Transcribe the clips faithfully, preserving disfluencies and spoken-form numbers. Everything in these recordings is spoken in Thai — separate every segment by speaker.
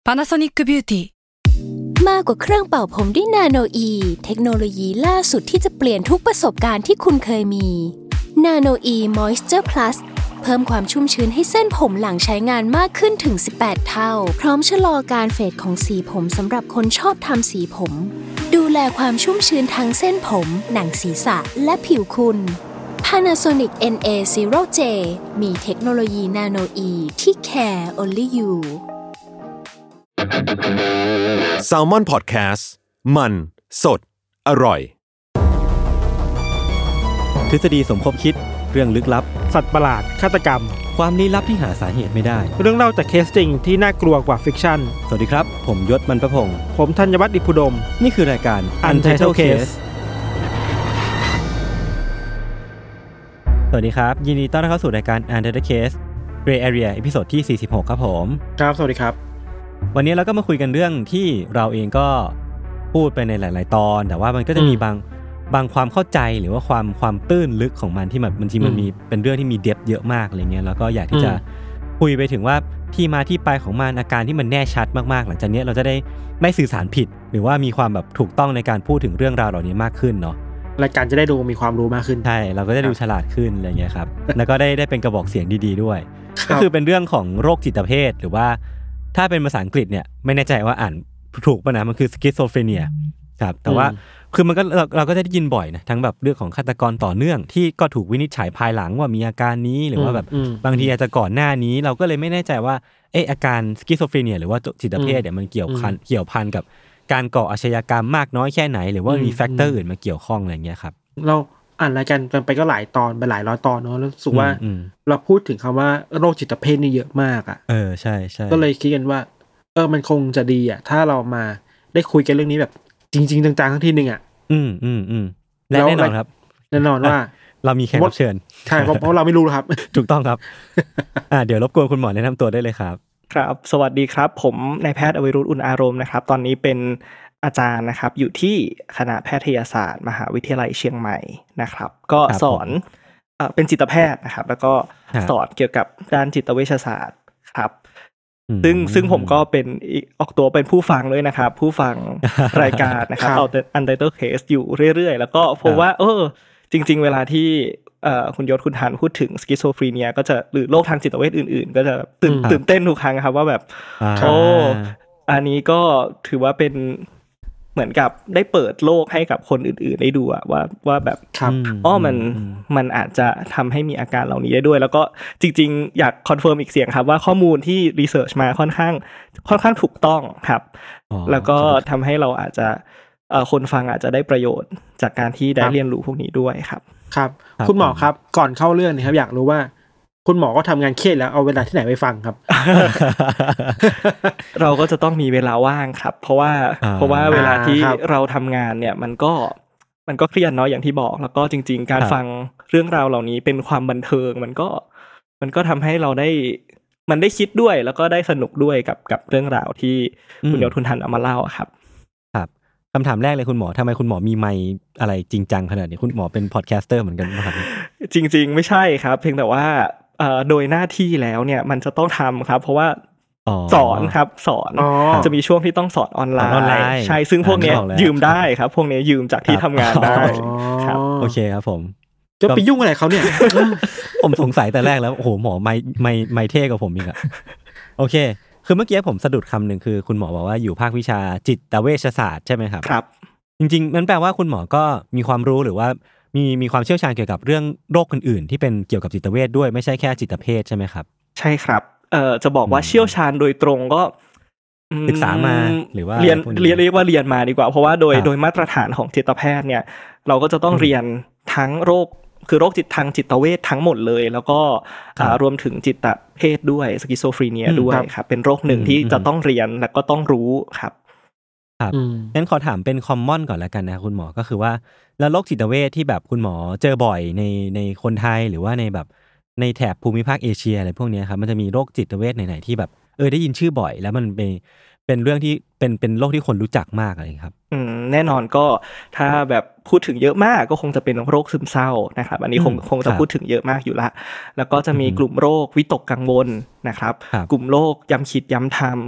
Speaker 1: Panasonic Beauty
Speaker 2: มากกว่าเครื่องเป่าผมด้วยนาโนอีเทคโนโลยีล่าสุดที่จะเปลี่ยนทุกประสบการณ์ที่คุณเคยมีนาโนอีมอยส์เจอร์พลัสเพิ่มความชุ่มชื้นให้เส้นผมหลังใช้งานมากขึ้นถึงสิบแปดเท่าพร้อมชะลอการเฟดของสีผมสำหรับคนชอบทำสีผมดูแลความชุ่มชื้นทั้งเส้นผมหนังศีรษะและผิวคุณ Panasonic เอ็น เอ ศูนย์ เจ มีเทคโนโลยีนาโนอีที่ care only you
Speaker 3: Salmon Podcast มันสดอร่อย
Speaker 4: ทฤษฎีสมคบคิดเรื่องลึกลับ
Speaker 5: สัตว์ประหลาดฆาตกรรม
Speaker 4: ความลี้ลับที่หาสาเหตุไม่ได้
Speaker 5: เรื่องเล่าจากเคสจริงที่น่ากลัวกว่าฟิกชั่น
Speaker 4: สวัสดีครับผมยศมันประพงษ์
Speaker 5: ผมธัญวัฒน์อิพุดม
Speaker 4: นี่คือรายการ Untitled Case สวัสดีครับยินดีต้อนรับเข้าสู่รายการ Untitled Case Gray Area ตอนที่สี่สิบหกครับผม
Speaker 5: ครับสวัสดีครับ
Speaker 4: วันนี้เราก็มาคุยกันเรื่องที่เราเองก็พูดไปในหลายๆตอนแต่ว่ามันก็จะมีบางบางความเข้าใจหรือว่าความความตื้นลึกของมันที่แบบบางทีมันมีเป็นเรื่องที่มีเดปเยอะมากอะไรเงี้ยแล้วก็อยากที่จะคุยไปถึงว่าที่มาที่ไปของมันอาการที่มันแน่ชัดมากๆหลังจากนี้เราจะได้ไม่สื่อสารผิดหรือว่ามีความแบบถูกต้องในการพูดถึงเรื่องราวเหล่านี้มากขึ้นเนาะ
Speaker 5: รายการจะได้ดูมีความรู้มากขึ้น
Speaker 4: ใช่เราก็จะดูฉลาดขึ้นอะไรเงี้ยครับแล้วก็ได้ได้เป็นกระบอกเสียงดีๆด้วยก็คือเป็นเรื่องของโรคจิตเภทหรือว่าถ้าเป็นภาษาอังกฤษเนี่ยไม่แน่ใจว่าอ่านถูกป่ะนะมันคือสคิสโซเฟเนียครับแต่ว่าคือมันก็เราเราก็ได้ยินบ่อยนะทั้งแบบเรื่องของฆาตกรต่อเนื่องที่ก็ถูกวินิจฉัยภายหลังว่ามีอาการนี้หรือว่าแบบบางทีอาจจะก่อนหน้านี้เราก็เลยไม่แน่ใจว่าเอออาการสคิสโซเฟเนียหรือว่าจิตเภทเนี่ยมันเกี่ยวพันเกี่ยวพันกับการก่ออาชญากรรมมากน้อยแค่ไหนหรือว่ามีแฟกเตอร์อื่นมาเกี่ยวข้องอะไรเงี้ยครับ
Speaker 5: เราอ่านรายการกันไปก็หลายตอนไปหลายร้อยตอนเนาะรู้สึกว่าเราพูดถึงคำว่าโรคจิตเภทนี่เยอะมากอ่ะ
Speaker 4: เออใช่ใช่
Speaker 5: ก็เลยคิดกันว่าเออมันคงจะดีอ่ะถ้าเรามาได้คุยกันเรื่องนี้แบบจริงๆจังๆทั้งทีนึงอ่ะ
Speaker 4: อืมอืมอืมและแน่นอนครับ
Speaker 5: แน่นอนว่า
Speaker 4: เรามีแขกรับเชิญ
Speaker 5: ใช่เพราะเพราะเราไม่รู้ครับ
Speaker 4: ถูกต้องครับอ่าเดี๋ยวรบกวนคุณหมอแนะนำตัวได้เลยครับ
Speaker 6: ครับสวัสดีครับผมนายแพทย์อวิรุธอุ่นอารมณ์นะครับตอนนี้เป็นอาจารย์นะครับอยู่ที่คณะแพทยศาสตร์มหาวิทยาลัยเชียงใหม่นะครับก็สอนเอ่อเป็นจิตแพทย์นะครับแล้วก็สอนเกี่ยวกับด้านจิตเวชศาสตร์ครับซึ่งซึ่งผมก็เป็นออกตัวเป็นผู้ฟังด้วยนะครับผู้ฟังรายการนะครับเอา Untitled Case อยู่เรื่อยๆแล้วก็พบว่าเออจริงๆเวลาที่เอ่อคุณยศคุณธันพูดถึงสคิสโซฟรีเนียก็จะหรือโรคทางจิตเวชอื่นๆก็จะตื่นตื่นเต้นทุกครั้งครับว่าแบบโอ้อันนี้ก็ถือว่าเป็นเหมือนกับได้เปิดโลกให้กับคนอื่นๆได้ดูอะว่าว่าแบบอ๋อมันมันอาจจะทำให้มีอาการเหล่านี้ได้ด้วยแล้วก็จริงๆอยากคอนเฟิร์มอีกเสียงครับว่าข้อมูลที่รีเสิร์ชมาค่อนข้างค่อนข้างถูกต้องครับแล้วก็ทำให้เราอาจจะเอ่อคนฟังอาจจะได้ประโยชน์จากการที่ได้เรียนรู้พวกนี้ด้วยครับ
Speaker 5: ครับคุณหมอครับก่อนเข้าเรื่องนะครับอยากรู้ว่าคุณหมอก็ทำงานเครียดแล้วเอาเวลาที่ไหนไปฟังครับ
Speaker 6: เราก็จะต้องมีเวลาว่างครับเพราะว่าเพราะว่าเวลาที่เราทำงานเนี่ยมันก็มันก็เครียดเนาะอย่างที่บอกแล้วก็จริงๆการฟังเรื่องราวเหล่านี้เป็นความบันเทิงมันก็มันก็ทำให้เราได้มันได้คิดด้วยแล้วก็ได้สนุกด้วยกับกับเรื่องราวที่คุณยศคุณธันเอามาเล่าครับ
Speaker 4: ครับคำถามแรกเลยคุณหมอทำไมคุณหมอมีไมค์อะไรจริงจังขนาดนี้คุณหมอเป็นพอดแคสเตอร์เหมือนกันมั้ยครับ
Speaker 6: จริงๆไม่ใช่ครับเพียงแต่ว่าเอ่อโดยหน้าที่แล้วเนี่ยมันจะต้องทำครับเพราะว่าสอนครับสอนจะมีช่วงที่ต้องสอนออนไลน์ใช่ซึ่งพวกนี้ยืมได้ครับพวกนี้ยืมจากที่ทำงานได้ครับ
Speaker 4: โอเคครับผม
Speaker 5: จะไปยุ่งอะไรเขาเนี่ย
Speaker 4: ผมสงสัยแต่แรกแล้วโอ้โหหมอไม่ไม่ไม่เท่กว่าผมอีกอะโอเคคือเมื่อกี้ผมสะดุดคำหนึ่งคือคุณหมอบอกว่าอยู่ภาควิชาจิตเวชศาสตร์ใช่ไหมครับ
Speaker 6: ครับ
Speaker 4: จริงๆนั่นแปลว่าคุณหมอก็มีความรู้หรือว่ามีมีความเชี่ยวชาญเกี่ยวกับเรื่องโรคอื่นๆที่เป็นเกี่ยวกับจิตเวชด้วยไม่ใช่แค่จิตเภทใช่ไหมครับ
Speaker 6: ใช่ครับเอ่อจะบอกว่าเชี่ยวชาญโดยตรงก็
Speaker 4: ศึกษามาหรือว่า
Speaker 6: เรียนเรียนเรียกว่าเรียนมาดีกว่าเพราะว่าโดยโดยมาตรฐานของจิตแพทย์เนี่ยเราก็จะต้องเรียนทั้งโรคคือโรคจิตทางจิตเวชทั้งหมดเลยแล้วก็รวมถึงจิตเภทด้วยสคิสโซฟรีเนียด้วยครับเป็นโรคหนึ่งที่จะต้องเรียนและก็ต้องรู้ครับ
Speaker 4: ครับงั้นขอถามเป็นคอมมอนก่อนแล้วกันนะคุณหมอก็คือว่าแล้วโรคจิตเวชที่แบบคุณหมอเจอบ่อยในในคนไทยหรือว่าในแบบในแถบภูมิภาคเอเชียอะไรพวกนี้ครับมันจะมีโรคจิตเวชไหนๆที่แบบเออได้ยินชื่อบ่อยแล้วมันเป็นเป็นเรื่องที่เป็นเป็นโรคที่คนรู้จักมากอะไรครับ
Speaker 6: อืมแน่นอนก็ถ้าแบบพูดถึงเยอะมากก็คงจะเป็นโรคซึมเศร้านะครับอันนี้คงคงจะพูดถึงเยอะมากอยู่ละแล้วก็จะมีกลุ่มโรควิตกกังวลนะครับกลุ่มโรคย้ำคิดย้ำทำ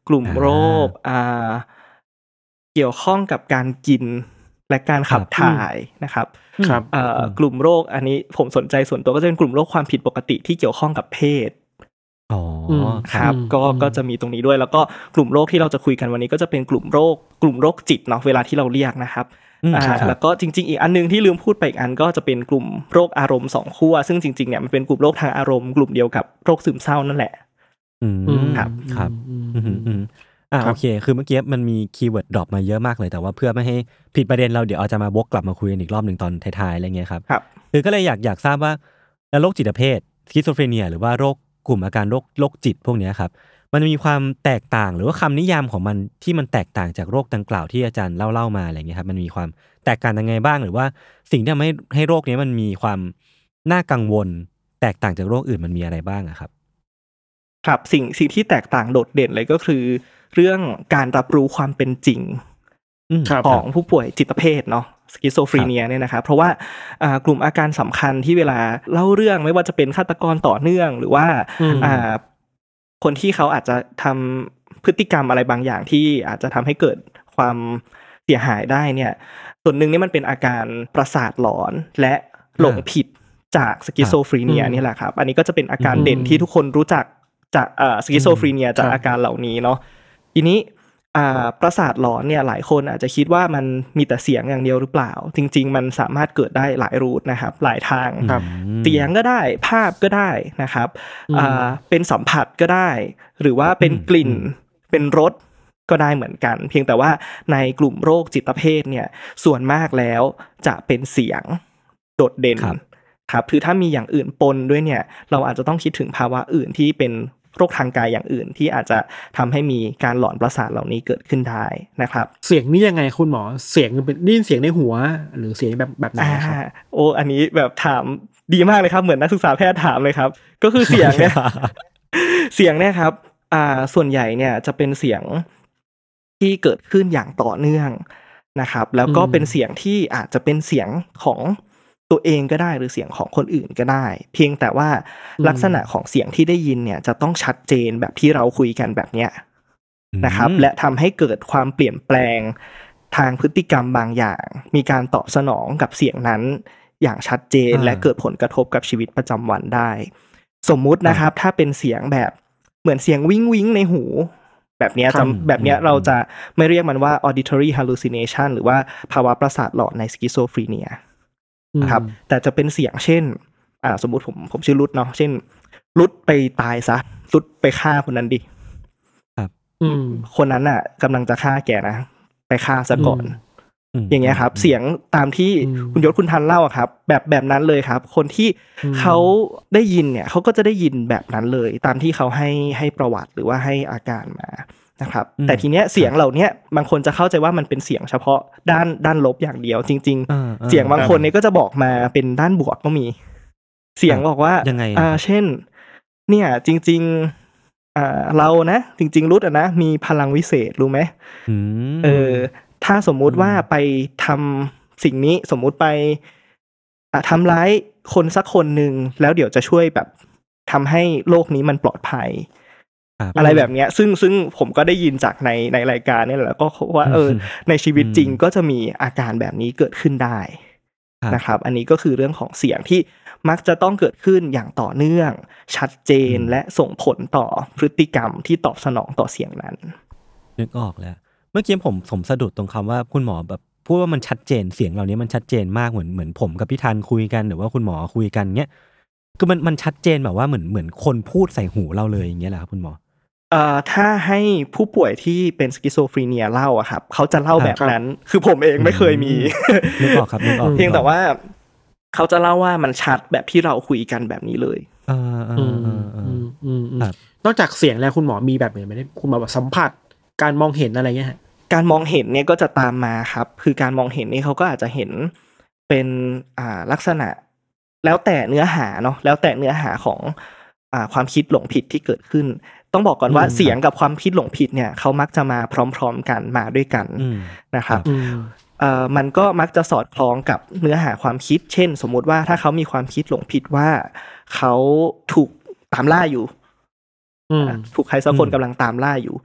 Speaker 6: กลุ่มโรคอ่าเกี่ยวข้องกับการกินและการขับถ่ายนะครับ
Speaker 5: ครับ
Speaker 6: เอ่อกลุ่มโรคอันนี้ผมสนใจส่วนตัวก็จะเป็นกลุ่มโรคความผิดปกติที่เกี่ยวข้องกับเพศ
Speaker 4: อ๋อ
Speaker 6: ครับก็ก็จะมีตรงนี้ด้วยแล้วก็กลุ่มโรคที่เราจะคุยกันวันนี้ก็จะเป็นกลุ่มโรคกลุ่มโรคจิตเนาะเวลาที่เราเรียกนะครับอ่าแล้วก็จริงๆอีกอันนึงที่ลืมพูดไปอีกอันก็จะเป็นกลุ่มโรคอารมณ์สองขั้วซึ่งจริงๆเนี่ยมันเป็นกลุ่มโรคทางอารมณ์กลุ่มเดียวกับโรคซึมเศร้านั่นแหละ
Speaker 4: อืมครับครับอืมอ่าโอเคคือเมื่อกี้มันมีคีย์เวิร์ดดรอปมาเยอะมากเลยแต่ว่าเพื่อไม่ให้ผิดประเด็นเราเดี๋ยวเอาจะมาวกกลับมาคุยกันอีกรอบนึงตอนท้ายๆอะไรเงี้ยครับคือก็เลยอยากอยากทราบว่าโรคจิตเภทสคิโซเฟรเนียหรือว่าโรคกลุ่มอาการโรคโรคจิตพวกนี้ครับมันมีความแตกต่างหรือว่าคำนิยามของมันที่มันแตกต่างจากโรคดังกล่าวที่อาจารย์เล่าเล่ามาอะไรเงี้ยครับมันมีความแตกต่างยังไงบ้างหรือว่าสิ่งที่ทำให้ให้โรคนี้มันมีความน่ากังวลแตกต่างจากโรคอื่นมันมีอะไรบ้างอะครับ
Speaker 6: ครับสิ่งสิ่งที่แตกต่างโดดเด่นเลยก็คือเรื่องการรับรู้ความเป็นจริงของผู้ป่วยจิตเภทเนาะสคิโซฟรีเนียเนี่ยนะครับเพราะว่ากลุ่มอาการสำคัญที่เวลาเล่าเรื่องไม่ว่าจะเป็นฆาตกรต่อเนื่องหรือว่าคนที่เขาอาจจะทำพฤติกรรมอะไรบางอย่างที่อาจจะทำให้เกิดความเสียหายได้เนี่ยส่วนหนึ่งนี่มันเป็นอาการประสาทหลอนและหลงผิดจากสคิโซฟรีเนียนี่แหละครับอันนี้ก็จะเป็นอาการเด่นที่ทุกคนรู้จักจากอ่าสคิโซฟรีเนียจากอาการเหล่านี้เนาะทีนี้อ่าประสาทหลอนเนี่ยหลายคนอาจจะคิดว่ามันมีแต่เสียงอย่างเดียวหรือเปล่าจริงๆมันสามารถเกิดได้หลายรูทนะครับหลายทางเสียงก็ได้ภาพก็ได้นะครับอ่าเป็นสัมผัสก็ได้หรือว่าเป็นกลิ่นเป็นรสก็ได้เหมือนกันเพียงแต่ว่าในกลุ่มโรคจิตเภทเนี่ยส่วนมากแล้วจะเป็นเสียงโดดเด่นครับคือถ้ามีอย่างอื่นปนด้วยเนี่ยเราอาจจะต้องคิดถึงภาวะอื่นที่เป็นโรคทางกายอย่างอื่นที่อาจจะทำให้มีการหลอนประสาทเหล่านี้เกิดขึ้นได้นะครับ
Speaker 5: เสียงนี่ยังไงคุณหมอเสียงเป็นได้ยินเสียงในหัวหรือเสียงแบบแบบไหนครับ
Speaker 6: โอ้อันนี้แบบถามดีมากเลยครับเหมือนนักศึกษาแพทย์ถามเลยครับก็คือเสียงเนี่ย เสียงเนี่ยครับอ่าส่วนใหญ่เนี่ยจะเป็นเสียงที่เกิดขึ้นอย่างต่อเนื่องนะครับแล้วก็เป็นเสียงที่อาจจะเป็นเสียงของตัวเองก็ได้หรือเสียงของคนอื่นก็ได้เพียงแต่ว่าลักษณะของเสียงที่ได้ยินเนี่ยจะต้องชัดเจนแบบที่เราคุยกันแบบเนี้ยนะครับและทำให้เกิดความเปลี่ยนแปลงทางพฤติกรรมบางอย่างมีการตอบสนองกับเสียงนั้นอย่างชัดเจนและเกิดผลกระทบกับชีวิตประจำวันได้สมมุตินะครับถ้าเป็นเสียงแบบเหมือนเสียงวิ้งวิ้งในหูแบบนี้จะแบบนี้เราจะไม่เรียกมันว่า auditory hallucination หรือว่าภาวะประสาทหลอนในสคิโซฟรีเนียครับแต่จะเป็นเสียงเช่นอ่าสมมุติผมผมชื่อรุดเนาะเช่นรุดไปตายซะรุดไปฆ่าคนนั้นดิ
Speaker 4: ครับ
Speaker 6: คนนั้นน่ะกำลังจะฆ่าแกนะไปฆ่าซะก่อนอย่างเงี้ยครับเสียงตามที่คุณยศคุณทันเล่าครับแบบแบบนั้นเลยครับคนที่เขาได้ยินเนี่ยเขาก็จะได้ยินแบบนั้นเลยตามที่เขาให้ให้ประวัติหรือว่าให้อาการมานะครับแต่ทีเนี้ยเสียงเหล่านี้บางคนจะเข้าใจว่ามันเป็นเสียงเฉพาะด้านด้านลบอย่างเดียวจริงๆเสียงบางคนเนี่ยก็จะบอกมาเป็นด้านบวกก็มีเสียงบอกว่าอ่าเช่นเนี่ยจริงๆอ่าเรานะจริงๆรุดอ่ะนะมีพลังวิเศษรู้ไหมเออถ้าสมมุติว่าไปทำสิ่งนี้สมมุติไปทำร้ายคนสักคนหนึ่งแล้วเดี๋ยวจะช่วยแบบทำให้โลกนี้มันปลอดภัยอะไรแบบเนี้ยซึ่งซึ่งผมก็ได้ยินจากในในรายการนี่แหละก็ว่าเออในชีวิตจริงก็จะมีอาการแบบนี้เกิดขึ้นได้นะครับอันนี้ก็คือเรื่องของเสียงที่มักจะต้องเกิดขึ้นอย่างต่อเนื่องชัดเจนและส่งผลต่อพฤติกรรมที่ตอบสนองต่อเสียงนั้น
Speaker 4: นึกออกแล้วเมื่อกี้ผมผมสะดุดตรงคำว่าคุณหมอแบบพูดว่ามันชัดเจนเสียงเหล่านี้มันชัดเจนมากเหมือนเหมือนผมกับพี่ธันคุยกันหรือว่าคุณหมอคุยกันเงี้ยคือมันมันชัดเจนแบบว่าเหมือนเหมือนคนพูดใส่หูเราเลยอย่างเงี้ยแหละครับคุณหมอ
Speaker 6: เอ่อถ้าให้ผู้ป่วยที่เป็นสคิโซฟรีเนียเล่าอะครับเขาจะเล่าแบบนั้นคือผมเองไม่เคยมี
Speaker 4: นึกออกครับนึกออก
Speaker 6: เพียงแต่ว่าเขาจะเล่าว่ามันชัดแบบที่เราคุยกันแบบนี้เลย
Speaker 4: อ่าๆ
Speaker 5: ๆนอกจากเสียงแล้วคุณหมอมีแบบไหนมั้ยคุณหมอแบบสัมผัสการมองเห็นอะไรเงี้ย
Speaker 6: การมองเห็นเนี่ยก็จะตามมาครับคือการมองเห็นนี่เขาก็อาจจะเห็นเป็นอ่าลักษณะแล้วแต่เนื้อหาเนาะแล้วแต่เนื้อหาของอ่าความคิดหลงผิดที่เกิดขึ้นต้องบอกก่อนว่าเสียงกับความคิดหลงผิดเนี่ยเขามักจะมาพร้อมๆกันมาด้วยกันนะครับเอ่อมันก็มักจะสอดคล้องกับเนื้อหาความคิดเช่นสมมุติว่าถ้าเขามีความคิดหลงผิดว่าเขาถูกตามล่าอยู่ถูกใครสักคนกำลังตามล่าอยู่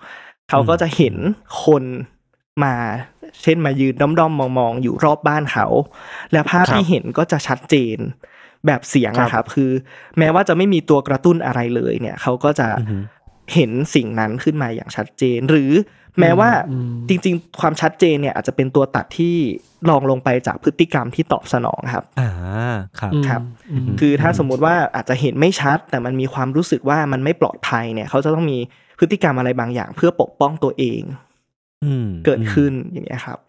Speaker 6: เขาก็จะเห็นคนมาเช่นมายืนด้อมๆมองๆอยู่รอบบ้านเขาและภาพที่เห็นก็จะชัดเจนแบบเสียงนะครับคือแม้ว่าจะไม่มีตัวกระตุ้นอะไรเลยเนี่ยเขาก็จะเห็นสิ่งนั้นขึ้นมาอย่างชัดเจนหรือแม้ว่าจริงๆความชัดเจนเนี่ยอาจจะเป็นตัวตัดที่รองลงไปจากพฤติกรรมที่ตอบสนองครับ
Speaker 4: อ่าครับ
Speaker 6: ครับคือถ้าสมมุติว่าอาจจะเห็นไม่ชัดแต่มันมีความรู้สึกว่ามันไม่ปลอดภัยเนี่ยเขาจะต้องมีพฤติกรรมอะไรบางอย่างเพื่อปกป้องตัวเองเกิดขึ้นอย่างเงี้ยครับ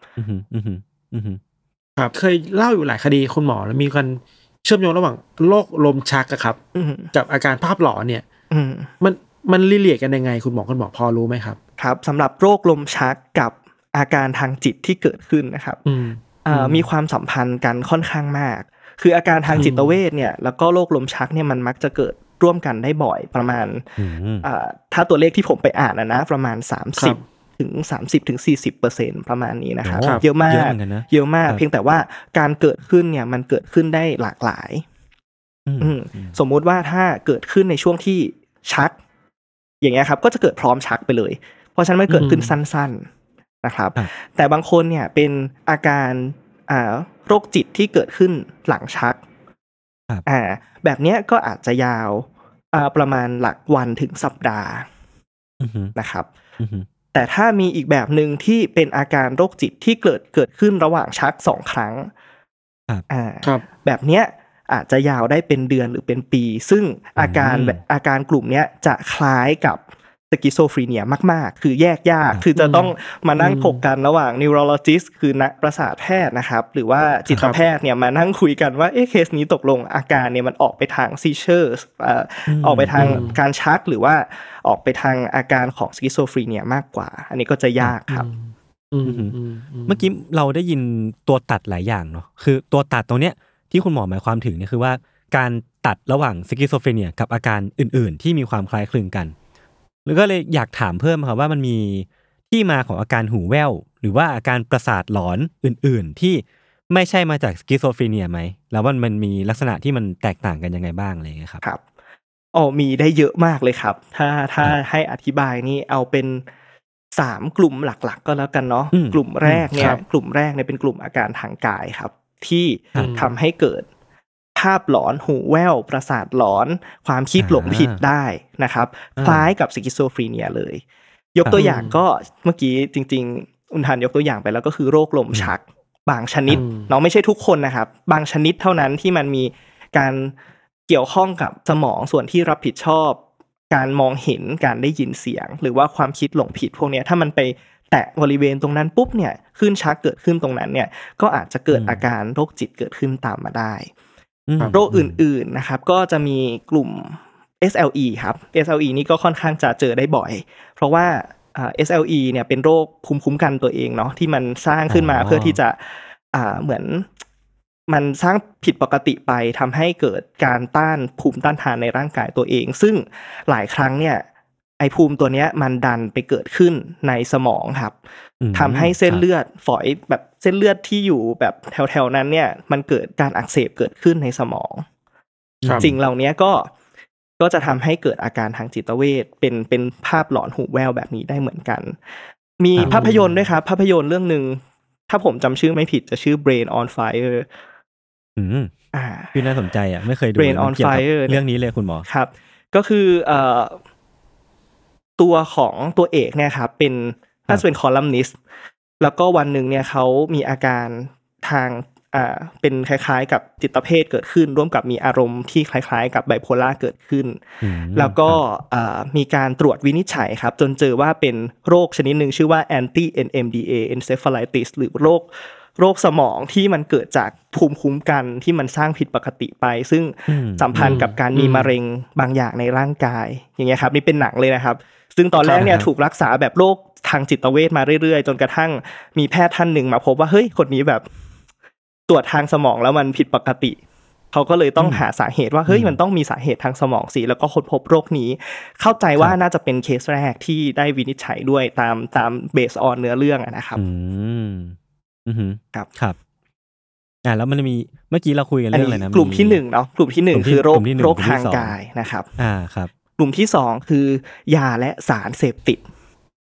Speaker 5: ครับเคยเล่าอยู่หลายคดีคุณหมอแล้วมีการเชื่อมโยงระหว่างโรคลมชักอะครับกับอาการภาพหลอนเนี่ยมันมันรีเลทกันยังไงคุณหมอคุณหมอพอรู้ไหมครับ
Speaker 6: ครับสำหรับโรคลมชักกับอาการทางจิตที่เกิดขึ้นนะครับมีความสัมพันธ์กันค่อนข้างมากคืออาการทางจิตเวชเนี่ยแล้วก็โรคลมชักเนี่ยมันมักจะเกิดร่วมกันได้บ่อยประมาณถ้าตัวเลขที่ผมไปอ่านนะนะประมาณสามสิบถึงสามสิบถึงสี่สิบเปอร์เซ็นต์ ประมาณนี้นะครับเยอะมากเยอะมากเพียงแต่ว่าการเกิดขึ้นเนี่ยมันเกิดขึ้นได้หลากหลายสมมุติว่าถ้าเกิดขึ้นในช่วงที่ชักอย่างเงี้ยครับก็จะเกิดพร้อมชักไปเลยเพราะฉะนั้นมันเกิดขึ้นสั้นๆนะครับแต่บางคนเนี่ยเป็นอาการอ่าโรคจิตที่เกิดขึ้นหลังชักอ่าแบบเนี้ยก็อาจจะยาวอ่าประมาณหลักวันถึงสัปดาห์นะครับแต่ถ้ามีอีกแบบนึงที่เป็นอาการโรคจิตที่เกิดเกิดขึ้นระหว่างชักสองครั้งอ่าแบบเนี้ยอาจจะยาวได้เป็นเดือนหรือเป็นปีซึ่งอาการอาการกลุ่มนี้จะคล้ายกับสคิโซฟรีเนียมากๆคือแยกยากคือจะต้องมานั่งถกกันระหว่าง neurologist คือนักประสาทแพทย์นะครับหรือว่าจิตแพทย์เนี่ยมานั่งคุยกันว่าเอ๊ะเคสนี้ตกลงอาการเนี่ยมันออกไปทาง seizures อ่าออกไปทางการชักหรือว่าออกไปทางอาการของสคิโซฟรีเนียมากกว่าอันนี้ก็จะยากครับ
Speaker 4: เมื่อกี้เราได้ยินตัวตัดหลายอย่างเนาะคือตัวตัดตรงเนี้ยที่คุณหมอหมายความถึงเนี่ยคือว่าการตัดระหว่างสคิโซฟรีเนียกับอาการอื่นๆที่มีความคล้ายคลึงกันแล้วก็เลยอยากถามเพิ่มครับว่ามันมีที่มาของอาการหูแว่วหรือว่าอาการประสาทหลอนอื่นๆที่ไม่ใช่มาจากสคิโซฟรีเนียไหมแล้วมันมันมีลักษณะที่มันแตกต่างกันยังไงบ้างอะไรอย่างเงี้ยครับ
Speaker 6: ครับอ๋อมีได้เยอะมากเลยครับถ้าถ้าให้อธิบายนี่เอาเป็นสามกลุ่มหลักๆก็แล้วกันเนาะกลุ่มแรกเนี่ยกลุ่มแรกเนี่ยเป็นกลุ่มอาการทางกายครับที่ทำให้เกิดภาพหลอนหูแว่วประสาทหลอนความคิดหลงผิดได้นะครับคล้ายกับสคิโซฟรีเนียเลยยกตัวอย่างก็เมื่อกี้จริงๆอุณทันยกตัวอย่างไปแล้วก็คือโรคลมชักบางชนิดเนาะไม่ใช่ทุกคนนะครับบางชนิดเท่านั้นที่มันมีการเกี่ยวข้องกับสมองส่วนที่รับผิดชอบการมองเห็นการได้ยินเสียงหรือว่าความคิดหลงผิดพวกนี้ถ้ามันไปแตะบริเวณตรงนั้นปุ๊บเนี่ยคลื่นชักเกิดขึ้นตรงนั้นเนี่ยก็อาจจะเกิดอาการโรคจิตเกิดขึ้นตามมาได้โรคอื่นๆนะครับก็จะมีกลุ่ม เอส แอล อี ครับ เอส แอล อี นี่ก็ค่อนข้างจะเจอได้บ่อยเพราะว่า เอส แอล อี เนี่ยเป็นโรคภูมิคุ้มกันตัวเองเนาะที่มันสร้างขึ้นมาเพื่อที่จะอ่าเหมือนมันสร้างผิดปกติไปทำให้เกิดการต้านภูมิต้านทานในร่างกายตัวเองซึ่งหลายครั้งเนี่ยไอภูมิตัวเนี้ยมันดันไปเกิดขึ้นในสมองครับทำให้เส้นเลือดฝอยแบบเส้นเลือดที่อยู่แบบแถวๆนั้นเนี่ยมันเกิดการอักเสบเกิดขึ้นในสมองสิ่งเหล่านี้ก็ก็จะทำให้เกิดอาการทางจิตเวชเป็นเป็นภาพหลอนหูแว่วแบบนี้ได้เหมือนกันมีภาพยนตร์ด้วยครับภาพยนตร์เรื่องนึงถ้าผมจำชื่อไม่ผิดจะชื่อ Brain on Fire
Speaker 4: อืมอ่าคือน่าสนใจอ่ะไม่เคยดู
Speaker 6: Brain on Fire
Speaker 4: เรื่องนี้เลยคุณหมอ
Speaker 6: ครับก็คือเอ่อตัวของตัวเอกเนี่ยครับเป็นน่าจะเป็นคอลัมนิสต์แล้วก็วันหนึ่งเนี่ยเขามีอาการทางอ่าเป็นคล้ายๆกับจิตเภทเกิดขึ้นร่วมกับมีอารมณ์ที่คล้ายๆกับไบโพล่าเกิดขึ้นแล้วก็อ่ามีการตรวจวินิจฉัยครับจนเจอว่าเป็นโรคชนิดหนึ่งชื่อว่า anti เอ็น เอ็ม ดี เอ encephalitis หรือโรคโรคสมองที่มันเกิดจากภูมิคุ้มกันที่มันสร้างผิดปกติไปซึ่งสัมพันธ์กับการมีมะเร็งบางอย่างในร่างกายอย่างเงี้ยครับนี่เป็นหนังเลยนะครับซึ่งตอนแรกเนี่ยถูกรักษาแบบโรคทางจิตเวชมาเรื่อยๆจนกระทั่งมีแพทย์ท่านหนึ่งมาพบว่าเฮ้ยคนนี้แบบตรวจทางสมองแล้วมันผิดปกติเขาก็เลยต้องหาสาเหตุว่าเฮ้ยมันต้องมีสาเหตุทางสมองสิแล้วก็ค้นพบโรคนี้เข้าใจว่าน่าจะเป็นเคสแรกที่ได้วินิจฉัยด้วยตามตามเบสออนเนื้อเรื่องนะครับ
Speaker 4: อืมอือครับครับอ่าแล้วมันมีเมื่อกี้เราคุยกันเรื่องอะไรนะ
Speaker 6: กลุ่มที่หนึ่งเนาะกลุ่มที่หนึ่งคือโรคโรคทางกายนะครับ
Speaker 4: อ่าครับ
Speaker 6: กลุ่มที่สองคือยาและสารเสพติด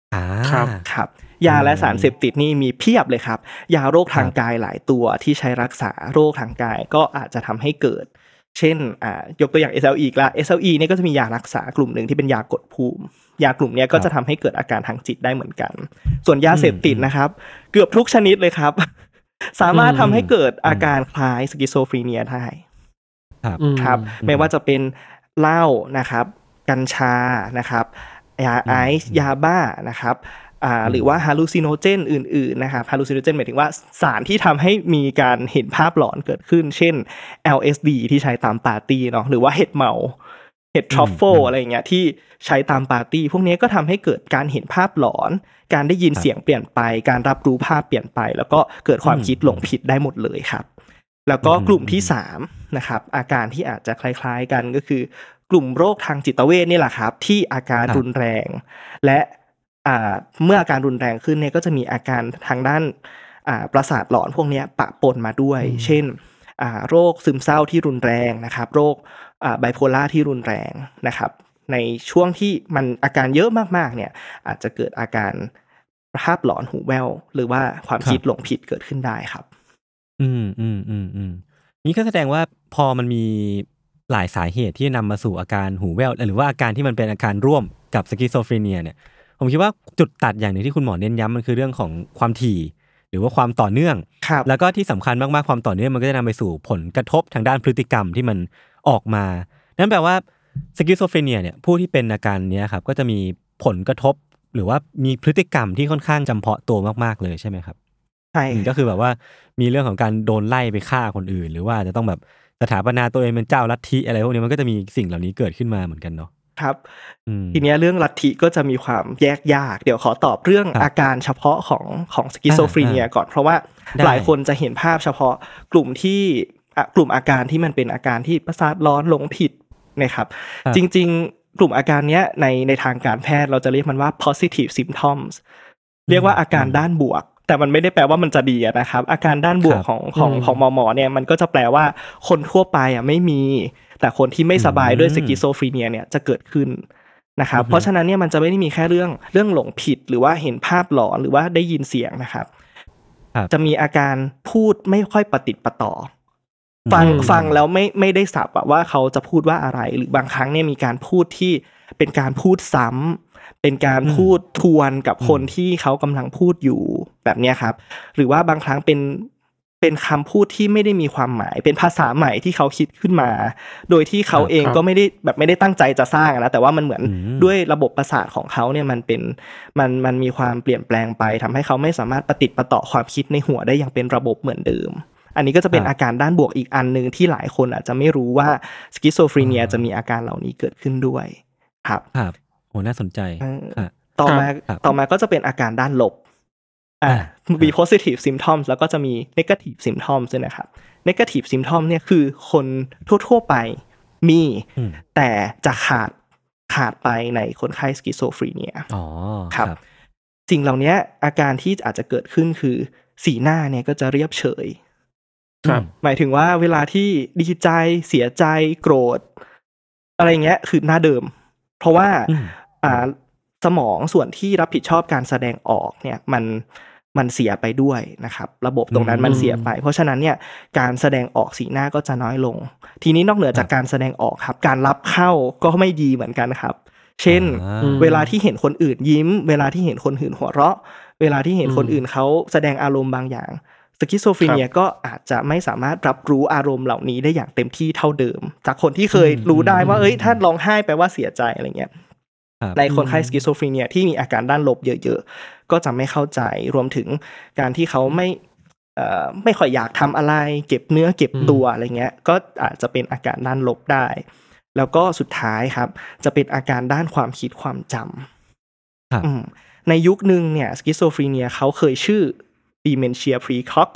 Speaker 4: อ่า
Speaker 5: ครับ
Speaker 6: ครับยาและสารเสพติดนี่มีเพียบเลยครับยาโรคทางกายหลายตัวที่ใช้รักษาโรคทางกายก็อาจจะทำให้เกิดเช่นอ่ายกตัวอย่าง เอส แอล อี อีกละ เอส แอล อี เนี่ยก็จะมียารักษากลุ่มหนึ่งที่เป็นยากดภูมิยากลุ่มนี้ก็จะทำให้เกิดอาการทางจิตได้เหมือนกันส่วนยาเสพติดนะครับเกือบทุกชนิดเลยครับสามารถทำให้เกิดอาการคล้ายสคิโซฟรีเนียได้
Speaker 4: ครับ
Speaker 6: ครับไม่ว่าจะเป็นเหล้านะครับกัญชานะครับยาไอซ์ยาบ้านะครับอ่าหรือว่าฮาลูซิโนเจนอื่นๆนะครับฮาลูซิโนเจนหมายถึงว่าสารที่ทำให้มีการเห็นภาพหลอนเกิดขึ้นเช่น แอล เอส ดี ที่ใช้ตามปาร์ตี้เนาะหรือว่าเห็ดเมาเห็ดทรัฟเฟิลอะไรอย่างเงี้ยที่ใช้ตามปาร์ตี้พวกนี้ก็ทำให้เกิดการเห็นภาพหลอนการได้ยินเสียงเปลี่ยนไปการรับรู้ภาพเปลี่ยนไปแล้วก็เกิดความคิดหลงผิดได้หมดเลยครับแล้วก็กลุ่มที่สามนะครับอาการที่อาจจะคล้ายๆกันก็คือกลุ่มโรคทางจิตเวชนี่แหละครับที่อาการรุนแรงและอ่าเมื่ออาการรุนแรงขึ้นเนี่ยก็จะมีอาการทางด้านอ่าประสาทหลอนพวกนี้ปะปนมาด้วยเช่นอ่าโรคซึมเศร้าที่รุนแรงนะครับโรคอ่าไบโพล่าที่รุนแรงนะครับในช่วงที่มันอาการเยอะมากๆเนี่ยอาจจะเกิดอาการภาพหลอนหูแว่วหรือว่าความคิดหลงผิดเกิดขึ้นได้ครับ
Speaker 4: อืมอืมอืมอืมนี่ก็แสดงว่าพอมันมีหลายสาเหตุที่นำมาสู่อาการหูแว่วหรือว่าอาการที่มันเป็นอาการร่วมกับสคิโซฟรีเนียเนี่ยผมคิดว่าจุดตัดอย่างหนึ่งที่คุณหมอเน้นย้ำมันคือเรื่องของความถี่หรือว่าความต่อเนื่องแล้วก็ที่สำคัญมากๆความต่อเนื่องมันก็จะนำไปสู่ผลกระทบทางด้านพฤติกรรมที่มันออกมานั่นแปลว่าสคิโซฟรีเนียเนี่ยผู้ที่เป็นอาการนี้ครับก็จะมีผลกระทบหรือว่ามีพฤติกรรมที่ค่อนข้างจำเพาะตัวมากๆเลยใช่ไหมครับ
Speaker 6: ใช่
Speaker 4: ก็คือแบบว่ามีเรื่องของการโดนไล่ไปฆ่าคนอื่นหรือว่าจะต้องแบบสถาปนาตัวเองเป็นเจ้าลัทธิอะไรพวกนี้มันก็จะมีสิ่งเหล่านี้เกิดขึ้นมาเหมือนกันเนาะ
Speaker 6: ครับทีนี้เรื่องลัทธิก็จะมีความแยกยากเดี๋ยวขอตอบเรื่องอาการเฉพาะของของสคิโซฟรีเนียก่อนเพราะว่าหลายคนจะเห็นภาพเฉพาะกลุ่มที่กลุ่มอาการที่มันเป็นอาการที่ประสาทร้อนหลงผิดนะครับจริงๆกลุ่มอาการนี้ในในทางการแพทย์เราจะเรียกมันว่า positive symptoms เรียกว่าอาการด้านบวกแต่มันไม่ได้แปลว่ามันจะดีนะครับอาการด้านบวกของของของหมอหมอเนี่ยมันก็จะแปลว่าคนทั่วไปอ่ะไม่มีแต่คนที่ไม่สบายด้วยสคิโซฟรีเนียเนี่ยจะเกิดขึ้นนะครับเพราะฉะนั้นเนี่ยมันจะไม่ได้มีแค่เรื่องเรื่องหลงผิดหรือว่าเห็นภาพหลอนหรือว่าได้ยินเสียงนะครับจะมีอาการพูดไม่ค่อยปฏิดปะต่อฟังฟังแล้วไม่ไม่ได้สับว่าเขาจะพูดว่าอะไรหรือบางครั้งเนี่ยมีการพูดที่เป็นการพูดซ้ำเป็นการพูดทวนกับคนที่เขากำลังพูดอยู่แบบนี้ครับหรือว่าบางครั้งเป็นเป็นคำพูดที่ไม่ได้มีความหมายเป็นภาษาใหม่ที่เขาคิดขึ้นมาโดยที่เขาเองก็ไม่ได้แบบไม่ได้ตั้งใจจะสร้างนะแต่ว่ามันเหมือนด้วยระบบประสาทของเขาเนี่ยมันเป็นมันมันมีความเปลี่ยนแปลงไปทำให้เขาไม่สามารถประติดประต่อความคิดในหัวได้อย่างเป็นระบบเหมือนเดิมอันนี้ก็จะเป็นอาการด้านบวกอีกอันนึงที่หลายคนอาจจะไม่รู้ว่าสคิโซฟรีเนียจะมีอาการเหล่านี้เกิดขึ้นด้วยครับ
Speaker 4: ครับโหน่าสนใจ
Speaker 6: ต่อมาต่อมาก็จะเป็นอาการด้านลบอ่ามี positive symptoms แล้วก็จะมี negative symptoms ด้วยนะครับ negative symptoms เนี่ยคือคนทั่วๆไปมีแต่จะขาดขาดไปในคนไข้สคิโซฟรีเนีย
Speaker 4: อ๋อ
Speaker 6: ครับสิ่งเหล่านี้อาการที่อาจจะเกิดขึ้นคือสีหน้าเนี่ยก็จะเรียบเฉย
Speaker 5: ครับ
Speaker 6: หมายถึงว่าเวลาที่ดีใจเสียใจโกรธอะไรเงี้ยคือหน้าเดิมเพราะว่าอ่าสมองส่วนที่รับผิดชอบการแสดงออกเนี่ยมันมันเสียไปด้วยนะครับระบบตรงนั้นมันเสียไปเพราะฉะนั้นเนี่ยการแสดงออกสีหน้าก็จะน้อยลงทีนี้นอกเหนือจากการแสดงออกครับการรับเข้าก็ไม่ดีเหมือนกันครับเช่นเวลาที่เห็นคนอื่นยิ้มเวลาที่เห็นคนอื่นหัวเราะเวลาที่เห็นคนอื่นเขาแสดงอารมณ์บางอย่างสคิโซฟรีเนียก็อาจจะไม่สามารถรับรู้อารมณ์เหล่านี้ได้อย่างเต็มที่เท่าเดิมจากคนที่เคยรู้ได้ว่าเอ้ยถ้าร้องไห้แปลว่าเสียใจอะไรเงี้ยในคนไข้สคิโซฟรีเนียที่มีอาการด้านลบเยอะๆก็จะไม่เข้าใจรวมถึงการที่เขาไม่เอ่อไม่ค่อยอยากทำอะไรเก็บเนื้อเก็บตัวอะไรเงี้ยก็อาจจะเป็นอาการด้านลบได้แล้วก็สุดท้ายครับจะเป็นอาการด้านความคิดความจำในยุคนึงเนี่ยสคิโซฟรีเนียเขาเคยชื่อ dementia precox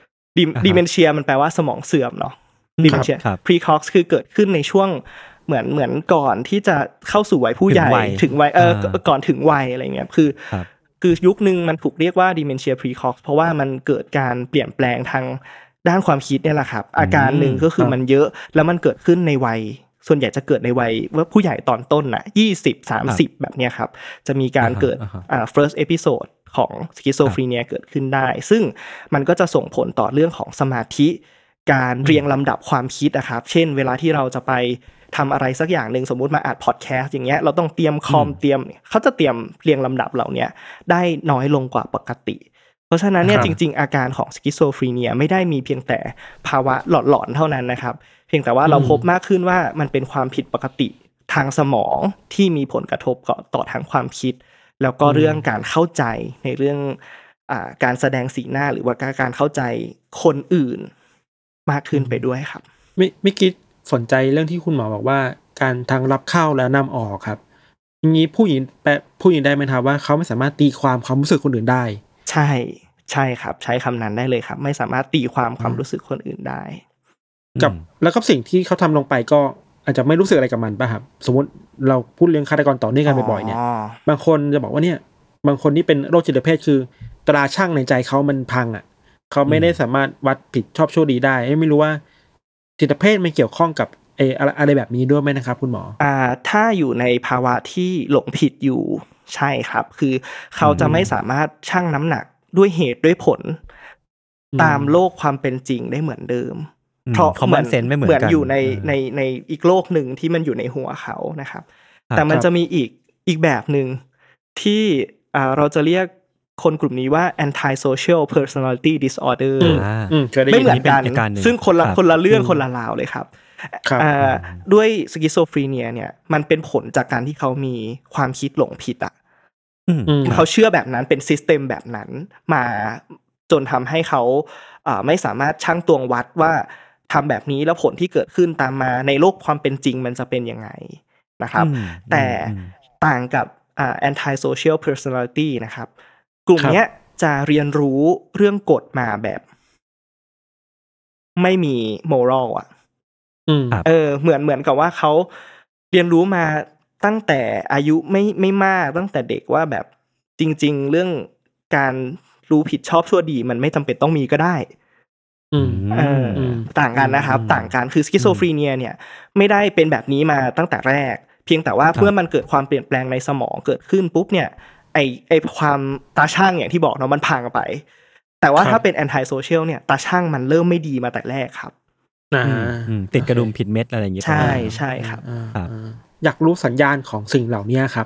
Speaker 6: dementia มันแปลว่าสมองเสื่อมเนาะ dementia precox คือเกิดขึ้นในช่วงเหมือนเหมือนก่อนที่จะเข้าสู่วัยผู้ใหญ่ถึงวัยเออก่อนถึงวัยอะไรเงี้ยคือคือยุคนึงมันถูกเรียกว่า dementia precox เพราะว่ามันเกิดการเปลี่ยนแปลงทางด้านความคิดเนี่ยแหละครับอาการหนึ่งก็คือมันเยอะแล้วมันเกิดขึ้นในวัยส่วนใหญ่จะเกิดในวัยว่าผู้ใหญ่ตอนต้นน่ะยี่สิบ สามสิบแบบเนี้ยครับจะมีการเกิดอ่า first episode ของสคิโซฟรีเนียเกิดขึ้นได้ซึ่งมันก็จะส่งผลต่อเรื่องของสมาธิการเรียงลำดับความคิดนะครับเช่นเวลาที่เราจะไปทำอะไรสักอย่างหนึ่งสมมุติมาอัดพอดแคสต์อย่างเงี้ยเราต้องเตรียมคอมเตรียมเขาจะเตรียมเรียงลำดับเหล่านี้ได้น้อยลงกว่าปกติเพราะฉะนั้นเนี่ยจริงๆอาการของสคิโซฟรีเนียไม่ได้มีเพียงแต่ภาวะหลอนๆเท่านั้นนะครับเพียงแต่ว่าเราพบมากขึ้นว่ามันเป็นความผิดปกติทางสมองที่มีผลกระทบต่อทางความคิดแล้วก็เรื่องการเข้าใจในเรื่องอ่าการแสดงสีหน้าหรือว่าการเข้าใจคนอื่นมากขึ้นไปด้วยครับ
Speaker 5: ไม่ไม่คิดสนใจเรื่องที่คุณหมอบอกว่าการทางรับเข้าและนำออกครับอย่างนี้ผู้หญิงแปลผู้หญิงได้ไหมครับว่าเขาไม่สามารถตีความความรู้สึกคนอื่นได้
Speaker 6: ใช่ใช่ครับใช้คำนั้นได้เลยครับไม่สามารถตีความความรู้สึกคนอื่นได้
Speaker 5: กับแล้วก็สิ่งที่เขาทำลงไปก็อาจจะไม่รู้สึกอะไรกับมันป่ะครับสมมติเราพูดเรื่องฆาตกรต่อเนื่องกันบ่อยๆเนี่ยบางคนจะบอกว่าเนี่ยบางคนที่เป็นโรคจิตเภทคือตราช่างในใจเขามันพังอ่ะเขาไม่ได้สามารถวัดผิดชอบชั่วดีได้ไม่รู้ว่าจิตเภทมันเกี่ยวข้องกับเอออะไรแบบนี้ด้วยไหมนะครับคุณหมอ
Speaker 6: อ่าถ้าอยู่ในภาวะที่หลงผิดอยู่ใช่ครับคือเขาจะไม่สามารถชั่งน้ำหนักด้วยเหตุด้วยผลตามโลกความเป็นจริงได้เหมือนเดิมเพราะเหมือนเหมือนอยู่ในในในอีกโลกหนึ่งที่มันอยู่ในหัวเขานะครับแต่มันจะมีอีกอีกแบบหนึ่งที่อ่าเราจะเรียกคนกลุ่มนี้ว่า anti-social personality disorder ไม่เหมือนกันซึ่งคนละคนละเรื่องคนละราวเลยครับด้วยสคิโซฟรีเนียเนี่ยมันเป็นผลจากการที่เขามีความคิดหลงผิดอ่ะเขาเชื่อแบบนั้นเป็นซิสเต็มแบบนั้นมาจนทำให้เขาไม่สามารถชั่งตวงวัดว่าทำแบบนี้แล้วผลที่เกิดขึ้นตามมาในโลกความเป็นจริงมันจะเป็นยังไงนะครับแต่ต่างกับ anti-social personality นะครับกลุ่มนี้จะเรียนรู้เรื่องกฎมาแบบไม่มีโมรัลอ่ะเออเหมือนเหมือนกับว่าเขาเรียนรู้มาตั้งแต่อายุไม่ไม่มากตั้งแต่เด็กว่าแบบจริงๆเรื่องการรู้ผิดชอบชั่วดีมันไม่จำเป็นต้องมีก็ได้เออต่างกันนะครับต่างกันคือสคิโซฟรีเนียเนี่ยไม่ได้เป็นแบบนี้มาตั้งแต่แรกเพียงแต่ว่าเมื่อมันเกิดความเปลี่ยนแปลงในสมองเกิดขึ้นปุ๊บเนี่ยไอไอความตาช่างอย่างที่บอกเนาะมันพังไปแต่ว่าถ้าเป็น anti social เนี่ยตาช่างมันเริ่มไม่ดีมาแต่แรกครับ
Speaker 4: ติดกระดุมผิดเม็ดอะไรอย่างเงี้ย
Speaker 6: ใช่ใช่ครับ
Speaker 5: อยากรู้สัญญาณของสิ่งเหล่านี้ครับ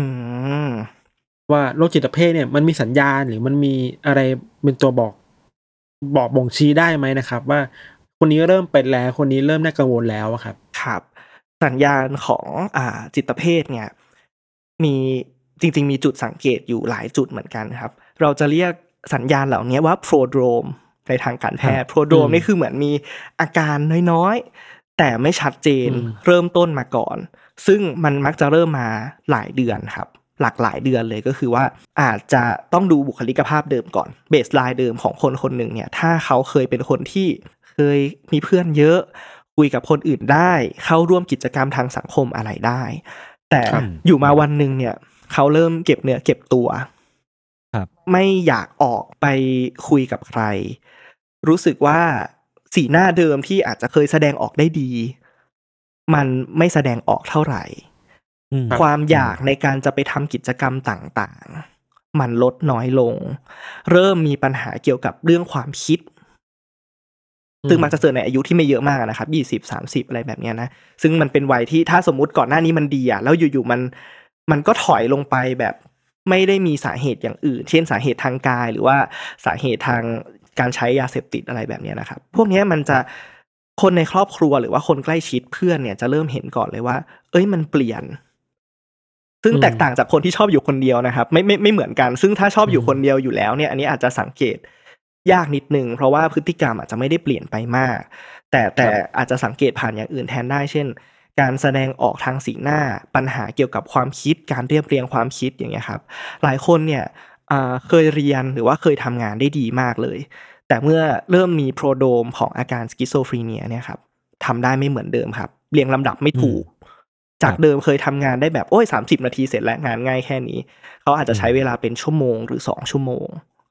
Speaker 5: ว่าโรคจิตเภทเนี่ยมันมีสัญญาณหรือมันมีอะไรเป็นตัวบอกบอกบ่งชี้ได้ไหมนะครับว่าคนนี้เริ่มเป็นแล้วคนนี้เริ่มน่ากังวลแล้วครับ
Speaker 6: ครับสัญญาณของอ่าจิตเภทเนี่ยมีจริงๆมีจุดสังเกตอยู่หลายจุดเหมือนกันครับเราจะเรียกสัญญาณเหล่านี้ว่าโพรโดรมในทางการแพทย์โพรโดรมนี่คือเหมือนมีอาการน้อยๆแต่ไม่ชัดเจนเริ่มต้นมาก่อนซึ่งมันมักจะเริ่มมาหลายเดือนครับหลากหลายเดือนเลยก็คือว่าอาจจะต้องดูบุคลิกภาพเดิมก่อนเบสไลน์เดิมของคนคนหนึ่งเนี่ยถ้าเขาเคยเป็นคนที่เคยมีเพื่อนเยอะคุยกับคนอื่นได้เข้าร่วมกิจกรรมทางสังคมอะไรได้แต่อยู่มาวันนึงเนี่ยเขาเริ่มเก็บเนื้อเก็บตัวไม่อยากออกไปคุยกับใครรู้สึกว่าสีหน้าเดิมที่อาจจะเคยแสดงออกได้ดีมันไม่แสดงออกเท่าไหร่ความอยากในการจะไปทำกิจกรรมต่างๆมันลดน้อยลงเริ่มมีปัญหาเกี่ยวกับเรื่องความคิดซึ่งมักจะเจอในอายุที่ไม่เยอะมากนะครับยี่สิบ สามสิบอะไรแบบนี้นะซึ่งมันเป็นวัยที่ถ้าสมมุติก่อนหน้านี้มันดีอ่ะแล้วอยู่ๆมันมันก็ถอยลงไปแบบไม่ได้มีสาเหตุอย่างอื่นเช่นสาเหตุทางกายหรือว่าสาเหตุทางการใช้ยาเสพติดอะไรแบบนี้นะครับพวกนี้มันจะคนในครอบครัวหรือว่าคนใกล้ชิดเพื่อนเนี่ยจะเริ่มเห็นก่อนเลยว่าเอ้ยมันเปลี่ยนซึ่งแตกต่างจากคนที่ชอบอยู่คนเดียวนะครับไม่ไม่ไม่เหมือนกันซึ่งถ้าชอบอยู่คนเดียวอยู่แล้วเนี่ยอันนี้อาจจะสังเกตยากนิดนึงเพราะว่าพฤติกรรมอาจจะไม่ได้เปลี่ยนไปมากแต่แต่อาจจะสังเกตผ่านอย่างอื่นแทนได้เช่นการแสดงออกทางสีหน้าปัญหาเกี่ยวกับความคิดการเรียบเรียงความคิดอย่างเงี้ยครับหลายคนเนี่ยเคยเรียนหรือว่าเคยทำงานได้ดีมากเลยแต่เมื่อเริ่มมีโปรโดมของอาการสคิโซฟรีเนียเนี่ยครับทำได้ไม่เหมือนเดิมครับเรียงลำดับไม่ถูกจากเดิมเคยทำงานได้แบบโอ้ยสามสิบนาทีเสร็จแล้วงานง่ายแค่นี้เขาอาจจะใช้เวลาเป็นชั่วโมงหรือสองชั่วโมง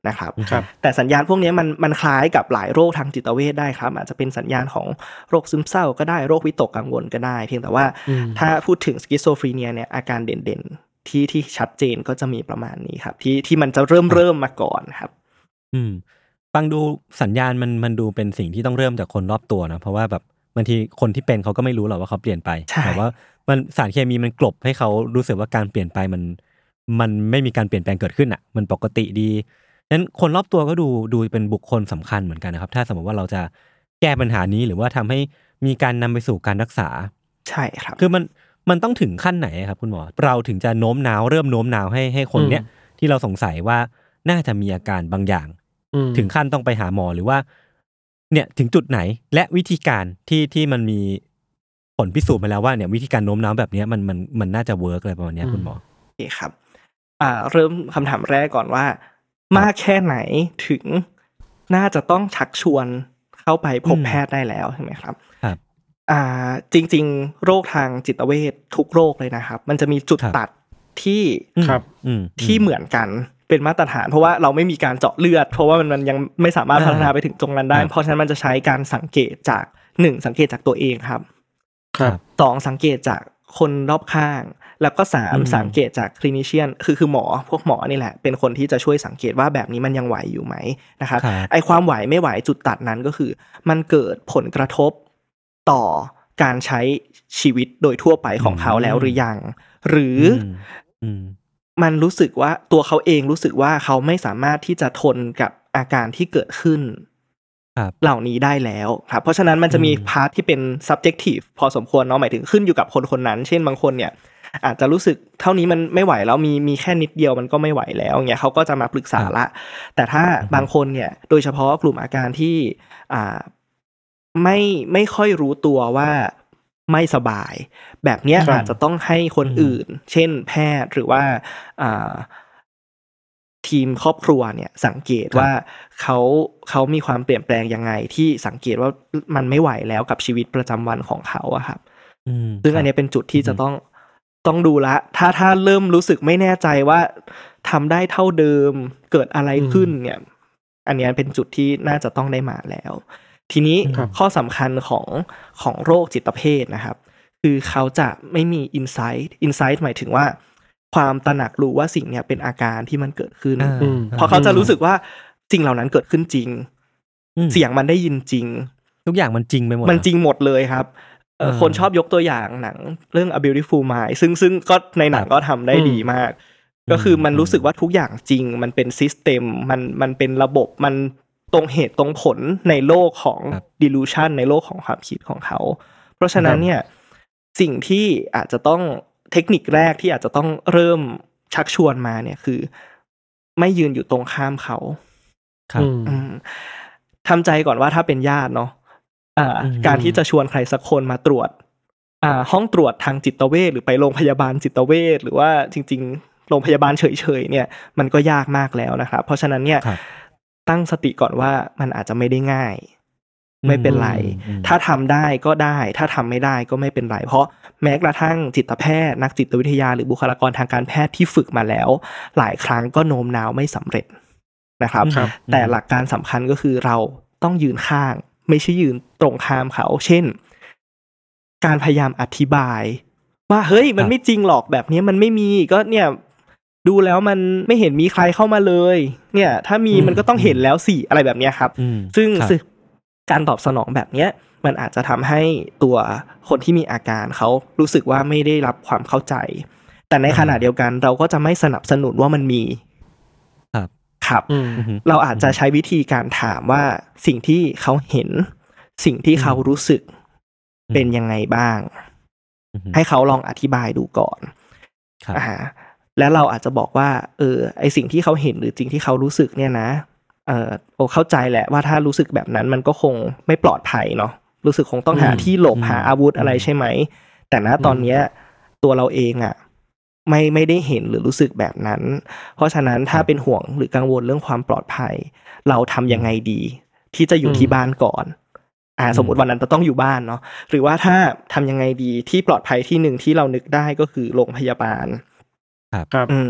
Speaker 6: นะครับแต่สัญญาณพวกนี้มันมันคล้ายกับหลายโรคทางจิตเวชได้ครับอาจจะเป็นสัญญาณของโรคซึมเศร้าก็ได้โรควิตกกังวลก็ได้เพียงแต่ว่าถ้าพูดถึงสคิสโซฟรีเนียเนี่ยอาการเด่นๆที่ที่ชัดเจนก็จะมีประมาณนี้ครับที่ที่มันจะเริ่มเริ่มมาก่อนครับ
Speaker 4: อืมฟังดูสัญญาณมันมันดูเป็นสิ่งที่ต้องเริ่มจากคนรอบตัวนะเพราะว่าแบบบางทีคนที่เป็นเขาก็ไม่รู้หรอกว่าเขาเปลี่ยนไปแต่ว่ามันสารเคมีมันกลบให้เขารู้สึกว่าการเปลี่ยนไปมันมันไม่มีการเปลี่ยนแปลงเกิดขึ้นอ่ะมันปกติดีนั้นคนรอบตัวก็ดูดูเป็นบุคคลสำคัญเหมือนกันนะครับถ้าสมมติว่าเราจะแก้ปัญหานี้หรือว่าทำให้มีการนำไปสู่การรักษา
Speaker 6: ใช่ครับ
Speaker 4: คือมันมันต้องถึงขั้นไหนครับคุณหมอเราถึงจะโน้มน้าวเริ่มโน้มน้าวให้ให้คนเนี้ยที่เราสงสัยว่าน่าจะมีอาการบางอย่างถึงขั้นต้องไปหาหมอหรือว่าเนี่ยถึงจุดไหนและวิธีการที่ที่มันมีผลพิสูจน์มาแล้วว่าเนี่ยวิธีการโน้มน้าวแบบนี้มันมันมันน่าจะเวิร์กอะไรประมาณนี้คุณหมอ
Speaker 6: โอเคครับอ่าเริ่มคำถามแรกก่อนว่ามากแค่ไหนถึงน่าจะต้องชักชวนเข้าไปพบแพทย์ได้แล้วใช่ไหมครับ
Speaker 4: ครับ
Speaker 6: อ่าจริงๆโรคทางจิตเวชทุกโรคเลยนะครับมันจะมีจุดตัดที่ที่เหมือนกันเป็นมาตรฐานเพราะว่าเราไม่มีการเจาะเลือดเพราะว่ามันมันยังไม่สามารถพัฒนาไปถึงตรงนั้นได้เพราะฉะนั้นมันจะใช้การสังเกตจากหนึ่งสังเกตจากตัวเองครับสองสังเกตจากคนรอบข้างแล้วก็สามสังเกตจากคลินิเชียนคือคือหมอพวกหมอนี่แหละเป็นคนที่จะช่วยสังเกตว่าแบบนี้มันยังไหวอยู่ไหมนะครับไอความไหวไม่ไหวจุดตัดนั้นก็คือมันเกิดผลกระทบต่อการใช้ชีวิตโดยทั่วไปของเขาแล้วหรือยังหรือมันรู้สึกว่าตัวเขาเองรู้สึกว่าเขาไม่สามารถที่จะทนกับอาการที่เกิดขึ้นเหล่านี้ได้แล้วครับเพราะฉะนั้นมันจะมีพาร์ทที่เป็น subjective พอสมควรเนาะหมายถึงขึ้นอยู่กับคนคนนั้นเช่นบางคนเนี่ยอาจจะรู้สึกเท่านี้มันไม่ไหวแล้วมีมีแค่นิดเดียวมันก็ไม่ไหวแล้วเงี้ยเขาก็จะมาปรึกษาละแต่ถ้าบางคนเนี่ยโดยเฉพาะกลุ่มอาการที่อ่าไม่ไม่ค่อยรู้ตัวว่าไม่สบายแบบเนี้ยอาจจะต้องให้คนอื่นเช่นแพทย์หรือว่าอ่าทีมครอบครัวเนี่ยสังเกตว่าเขาเขามีความเปลี่ยนแปลงยังไงที่สังเกตว่ามันไม่ไหวแล้วกับชีวิตประจำวันของเขาอะครับซึ่งอันนี้เป็นจุดที่จะต้องต้องดูละถ้าถ้าเริ่มรู้สึกไม่แน่ใจว่าทำได้เท่าเดิมเกิดอะไรขึ้นเนี่ยอันนี้เป็นจุดที่น่าจะต้องได้มาแล้วทีนี้ข้อสำคัญของของโรคจิตเภทนะครับคือเขาจะไม่มี insight insight หมายถึงว่าความตระหนักรู้ว่าสิ่งนี้เป็นอาการที่มันเกิดขึ้นเพราะเขาจะรู้สึกว่าสิ่งเหล่านั้นเกิดขึ้นจริงเสียงมันได้ยินจริง
Speaker 4: ทุกอย่างมันจริงไปหมด
Speaker 6: มันจริงหมดเลยครับคนชอบยกตัวอย่างหนังเรื่อง A Beautiful Mind ซึ่งซึ่งก็ในหนังก็ทำได้ดีมากก็คือมันรู้สึกว่าทุกอย่างจริงมันเป็นซิสเต็มมันมันเป็นระบบมันตรงเหตุตรงผลในโลกของ delusion ในโลกของความคิดของเขาเพราะฉะนั้นเนี่ยสิ่งที่อาจจะต้องเทคนิคแรกที่อาจจะต้องเริ่มชักชวนมาเนี่ยคือไม่ยืนอยู่ตรงข้ามเขา
Speaker 4: ครับ
Speaker 6: ทำใจก่อนว่าถ้าเป็นญาติเนาะการที่จะชวนใครสักคนมาตรวจห้องตรวจทางจิตเวชหรือไปโรงพยาบาลจิตเวชหรือว่าจริงๆโรงพยาบาลเฉยๆเนี่ยมันก็ยากมากแล้วนะครับเพราะฉะนั้นเนี่ยตั้งสติก่อนว่ามันอาจจะไม่ได้ง่ายไม่เป็นไรถ้าทำได้ก็ได้ถ้าทำไม่ได้ก็ไม่เป็นไรเพราะแม้กระทั่งจิตแพทย์นักจิตวิทยาหรือบุคลากรทางการแพทย์ที่ฝึกมาแล้วหลายครั้งก็โน้มน้าวไม่สำเร็จนะครับแต่หลักการสำคัญก็คือเราต้องยืนข้างไม่ใช่ยืนตรงข้ามเขาเช่นการพยายามอธิบายว่าเฮ้ยมันไม่จริงหรอกแบบนี้มันไม่มีก็เนี่ยดูแล้วมันไม่เห็นมีใครเข้ามาเลยเนี่ยถ้ามีมันก็ต้องเห็นแล้วสิอะไรแบบนี้ครับซึ่งการตอบสนองแบบนี้มันอาจจะทำให้ตัวคนที่มีอาการเขารู้สึกว่าไม่ได้รับความเข้าใจแต่ในขณะเดียวกันเราก็จะไม่สนับสนุนว่ามันมี
Speaker 4: ครับ
Speaker 6: ครับเราอาจจะใช้วิธีการถามว่าสิ่งที่เขาเห็นสิ่งที่เขารู้สึกเป็นยังไงบ้างให้เขาลองอธิบายดูก่อนอ่าแล้วเราอาจจะบอกว่าเออไอสิ่งที่เขาเห็นหรือสิ่งที่เขารู้สึกเนี่ยนะเออโอเข้าใจแหละว่าถ้ารู้สึกแบบนั้นมันก็คงไม่ปลอดภัยเนาะรู้สึกคงต้องหาที่หลบหาอาวุธอะไรใช่ไหมแต่ณตอนเนี้ยตัวเราเองอ่ะไม่ไม่ได้เห็นหรือรู้สึกแบบนั้นเพราะฉะนั้นถ้าเป็นห่วงหรือกังวลเรื่องความปลอดภัยเราทำยังไงดีที่จะอยู่ที่บ้านก่อนอ่าสมมติวันนั้นจะต้องอยู่บ้านเนาะหรือว่าถ้าทำยังไงดีที่ปลอดภัยที่หนึ่งที่เรานึกได้ก็คือโรงพยาบาล
Speaker 4: ครับ
Speaker 6: อืม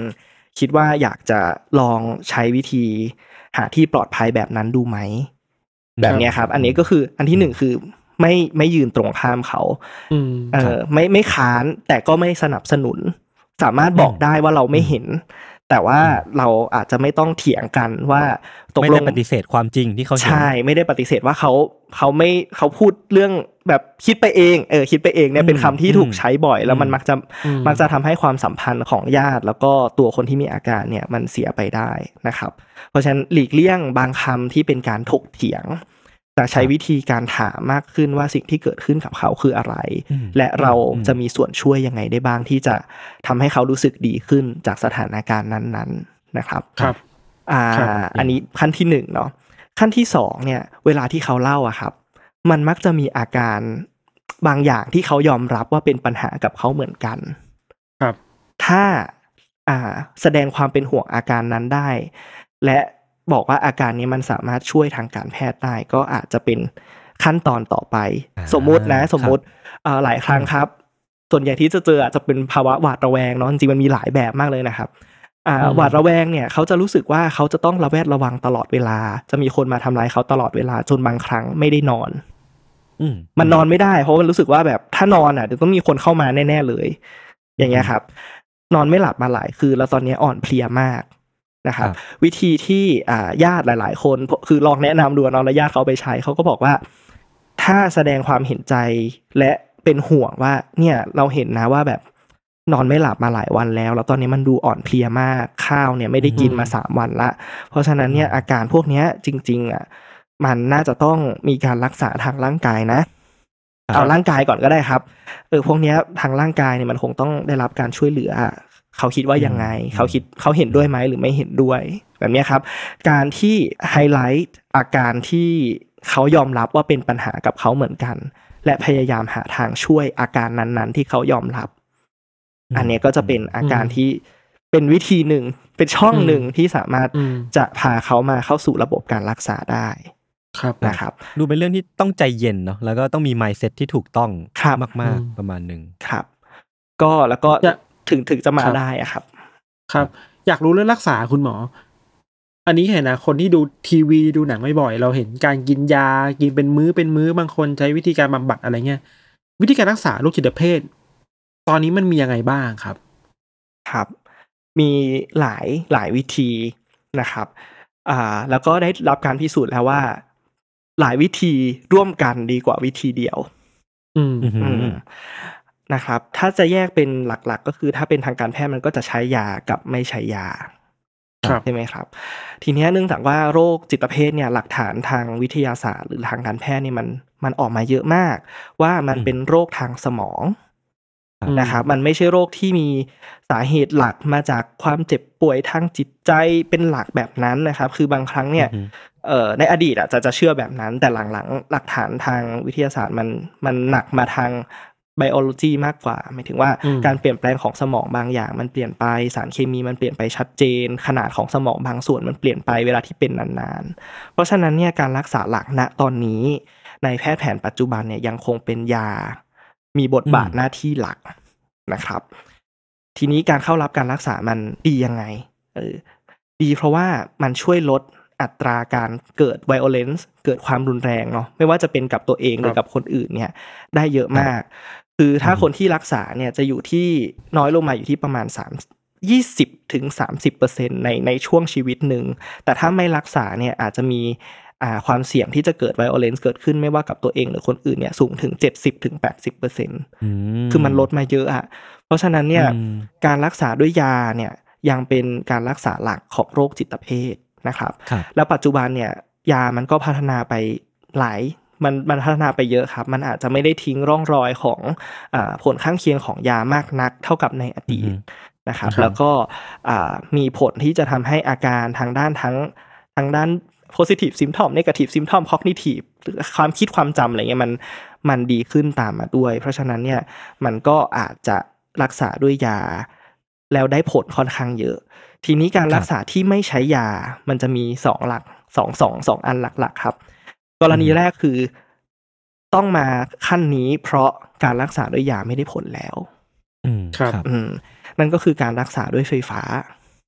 Speaker 6: คิดว่าอยากจะลองใช้วิธีหาที่ปลอดภัยแบบนั้นดูไหมแบบนี้ครับอันนี้ก็คืออันที่หนึ่งคือไม่ไม่ยืนตรงข้ามเขาเออไม่ไม่ค้านแต่ก็ไม่สนับสนุนสามารถบอกได้ว่าเราไม่เห็นแต่ว่าเราอาจจะไม่ต้องเถียงกันว่าตกลงไม่
Speaker 4: ได้ปฏิเสธความจริงที่เขาเห็น
Speaker 6: ใช่ไม่ได้ปฏิเสธว่าเขาเขาไม่เขาพูดเรื่องแบบคิดไปเองเออคิดไปเองเนี่ยเป็นคำที่ถูกใช้บ่อยแล้วมันมักจะมักจะทำให้ความสัมพันธ์ของญาติแล้วก็ตัวคนที่มีอาการเนี่ยมันเสียไปได้นะครับเพราะฉะนั้นหลีกเลี่ยงบางคำที่เป็นการถกเถียงแต่ใช้วิธีการถามมากขึ้นว่าสิ่งที่เกิดขึ้นกับเขาคืออะไรและเราจะมีส่วนช่วยยังไงได้บ้างที่จะทำให้เขารู้สึกดีขึ้นจากสถานการณ์นั้นๆนะครับ
Speaker 5: ครับ
Speaker 6: อ่าอันนี้ขั้นที่หนึ่งเนาะขั้นที่สองเนี่ยเวลาที่เขาเล่าอะครับมันมักจะมีอาการบางอย่างที่เขายอมรับว่าเป็นปัญหากับเขาเหมือนกัน
Speaker 5: ครับ
Speaker 6: ถ้าอ่าแสดงความเป็นห่วงอาการนั้นได้และบอกว่าอาการนี้มันสามารถช่วยทางการแพทย์ได้ก็อาจจะเป็นขั้นตอนต่อไปสมมุตินะสมมุติอ่าหลายครั้งครับส่วนใหญ่ที่จะเจออาจจะเป็นภาวะหวาดระแวงเนาะจริงๆมันมีหลายแบบมากเลยนะครับอ่าหวาดระแวงเนี่ยเขาจะรู้สึกว่าเขาจะต้องระแวดระวังตลอดเวลาจะมีคนมาทำร้ายเขาตลอดเวลาจนบางครั้งไม่ได้นอนมันนอนไม่ได้เพราะมันรู้สึกว่าแบบถ้านอนอ่ะเดี๋ยวต้องมีคนเข้ามาแน่ๆเลยอย่างเงี้ยครับนอนไม่หลับมาหลายคืนแล้วตอนนี้อ่อนเพลียมากนะครับวิธีที่อ่าญาติหลายๆคนคือลองแนะนำดูเนาะแล้วญาติเขาไปใช้เขาก็บอกว่าถ้าแสดงความเห็นใจและเป็นห่วงว่าเนี่ยเราเห็นนะว่าแบบนอนไม่หลับมาหลายวันแล้วแล้วตอนนี้มันดูอ่อนเพลียมากข้าวเนี่ยไม่ได้กินมาสามวันละเพราะฉะนั้นเนี่ยอาการพวกนี้จริงๆอ่ะมันน่าจะต้องมีการรักษาทางร่างกายนะเอาร่างกายก่อนก็ได้ครับเออพวกนี้ทางร่างกายเนี่ยมันคงต้องได้รับการช่วยเหลือเขาคิดว่ายังไงเขาคิดเขาเห็นด้วยไหมหรือไม่เห็นด้วยแบบนี้ครับการที่ไฮไลท์อาการที่เขายอมรับว่าเป็นปัญหากับเขาเหมือนกันและพยายามหาทางช่วยอาการนั้นๆที่เขายอมรับอันนี้ก็จะเป็นอาการที่เป็นวิธีหนึ่งเป็นช่องหนึ่งที่สามารถจะพาเขามาเข้าสู่ระบบการรักษาได้
Speaker 5: ครับ
Speaker 6: นะครับ
Speaker 4: ดูเป็นเรื่องที่ต้องใจเย็นเนาะแล้วก็ต้องมี mindset ที่ถูกต้องมากๆประมาณนึง
Speaker 6: ครับก็แล้วก็ถึงถึงจะมาได้อะครับ
Speaker 5: ครับอยากรู้เรื่องรักษาคุณหมออันนี้เห็นนะคนที่ดูทีวีดูหนังบ่อยๆเราเห็นการกินยากินเป็นมื้อเป็นมื้อบางคนใช้วิธีการบำบัดอะไรเงี้ยวิธีการรักษาโรคจิตเภทตอนนี้มันมียังไงบ้างครับ
Speaker 6: ครับมีหลายหลายวิธีนะครับอ่าแล้วก็ได้รับการพิสูจน์แล้วว่าหลายวิธีร่วมกันดีกว่าวิธีเดียว
Speaker 5: อืม
Speaker 6: อืมนะครับถ้าจะแยกเป็นหลักๆก็คือถ้าเป็นทางการแพทย์มันก็จะใช้ยากับไม่ใช้ยาใช่ไหมครับทีนี้เนื่องจากว่าโรคจิตเภทเนี่ยหลักฐานทางวิทยาศาสตร์หรือทางการแพทย์เนี่ยมันมันออกมาเยอะมากว่ามันเป็นโรคทางสมองนะครับมันไม่ใช่โรคที่มีสาเหตุหลักมาจากความเจ็บป่วยทางจิตใจเป็นหลักแบบนั้นนะครับคือบางครั้งเนี่ยเอ่อในอดีตอ่ะจะจะเชื่อแบบนั้นแต่หลังๆหลักฐานทางวิทยาศาสตร์มันมันหนักมาทางbiology มากกว่าหมายถึงว่าการเปลี่ยนแปลงของสมองบางอย่างมันเปลี่ยนไปสารเคมีมันเปลี่ยนไปชัดเจนขนาดของสมองบางส่วนมันเปลี่ยนไปเวลาที่เป็นนานๆเพราะฉะนั้นเนี่ยการรักษาหลักณตอนนี้ในแพทย์แผนปัจจุบันเนี่ยยังคงเป็นยามีบทบาทหน้าที่หลักนะครับทีนี้การเข้ารับการรักษามันดียังไงเออดีเพราะว่ามันช่วยลดอัตราการเกิด violence เกิดความรุนแรงเนาะไม่ว่าจะเป็นกับตัวเองหรือกับคนอื่นเนี่ยได้เยอะมากคือถ้าคนที่รักษาเนี่ยจะอยู่ที่น้อยลงมาอยู่ที่ประมาณสาม ยี่สิบถึงสามสิบเปอร์เซ็นต์ ในในช่วงชีวิตนึงแต่ถ้าไม่รักษาเนี่ยอาจจะมีอ่าความเสี่ยงที่จะเกิด violence เกิดขึ้นไม่ว่ากับตัวเองหรือคนอื่นเนี่ยสูงถึง เจ็ดสิบถึงแปดสิบเปอร์เซ็นต์
Speaker 4: อืม
Speaker 6: คือมันลดมาเยอะอะเพราะฉะนั้นเนี่ยการรักษาด้วยยาเนี่ยยังเป็นการรักษาหลักของโรคจิตเภทนะครับแล้วปัจจุบันเนี่ยยามันก็พัฒนาไปหลายมันมันพัฒนาไปเยอะครับมันอาจจะไม่ได้ทิ้งร่องรอยของอ่าผลข้างเคียงของยามากนักเท่ากับในอดีตนะครับแล้วก็อ่ามีผลที่จะทำให้อาการทางด้านทั้งทางด้าน positive symptom negative symptom cognitive หรือความคิดความจำอะไรเงี้ยมันมันดีขึ้นตามมาด้วยเพราะฉะนั้นเนี่ยมันก็อาจจะรักษาด้วยยาแล้วได้ผลค่อนข้างเยอะทีนี้การรักษาที่ไม่ใช้ยามันจะมีสองหลักสอง สอง สองอันหลักๆครับกรณีแรกคือต้องมาขั้นนี้เพราะการรักษาด้วยยาไม่ได้ผลแล้ว
Speaker 4: อืมครับ
Speaker 6: อืมนั่นก็คือการรักษาด้วยไฟฟ้า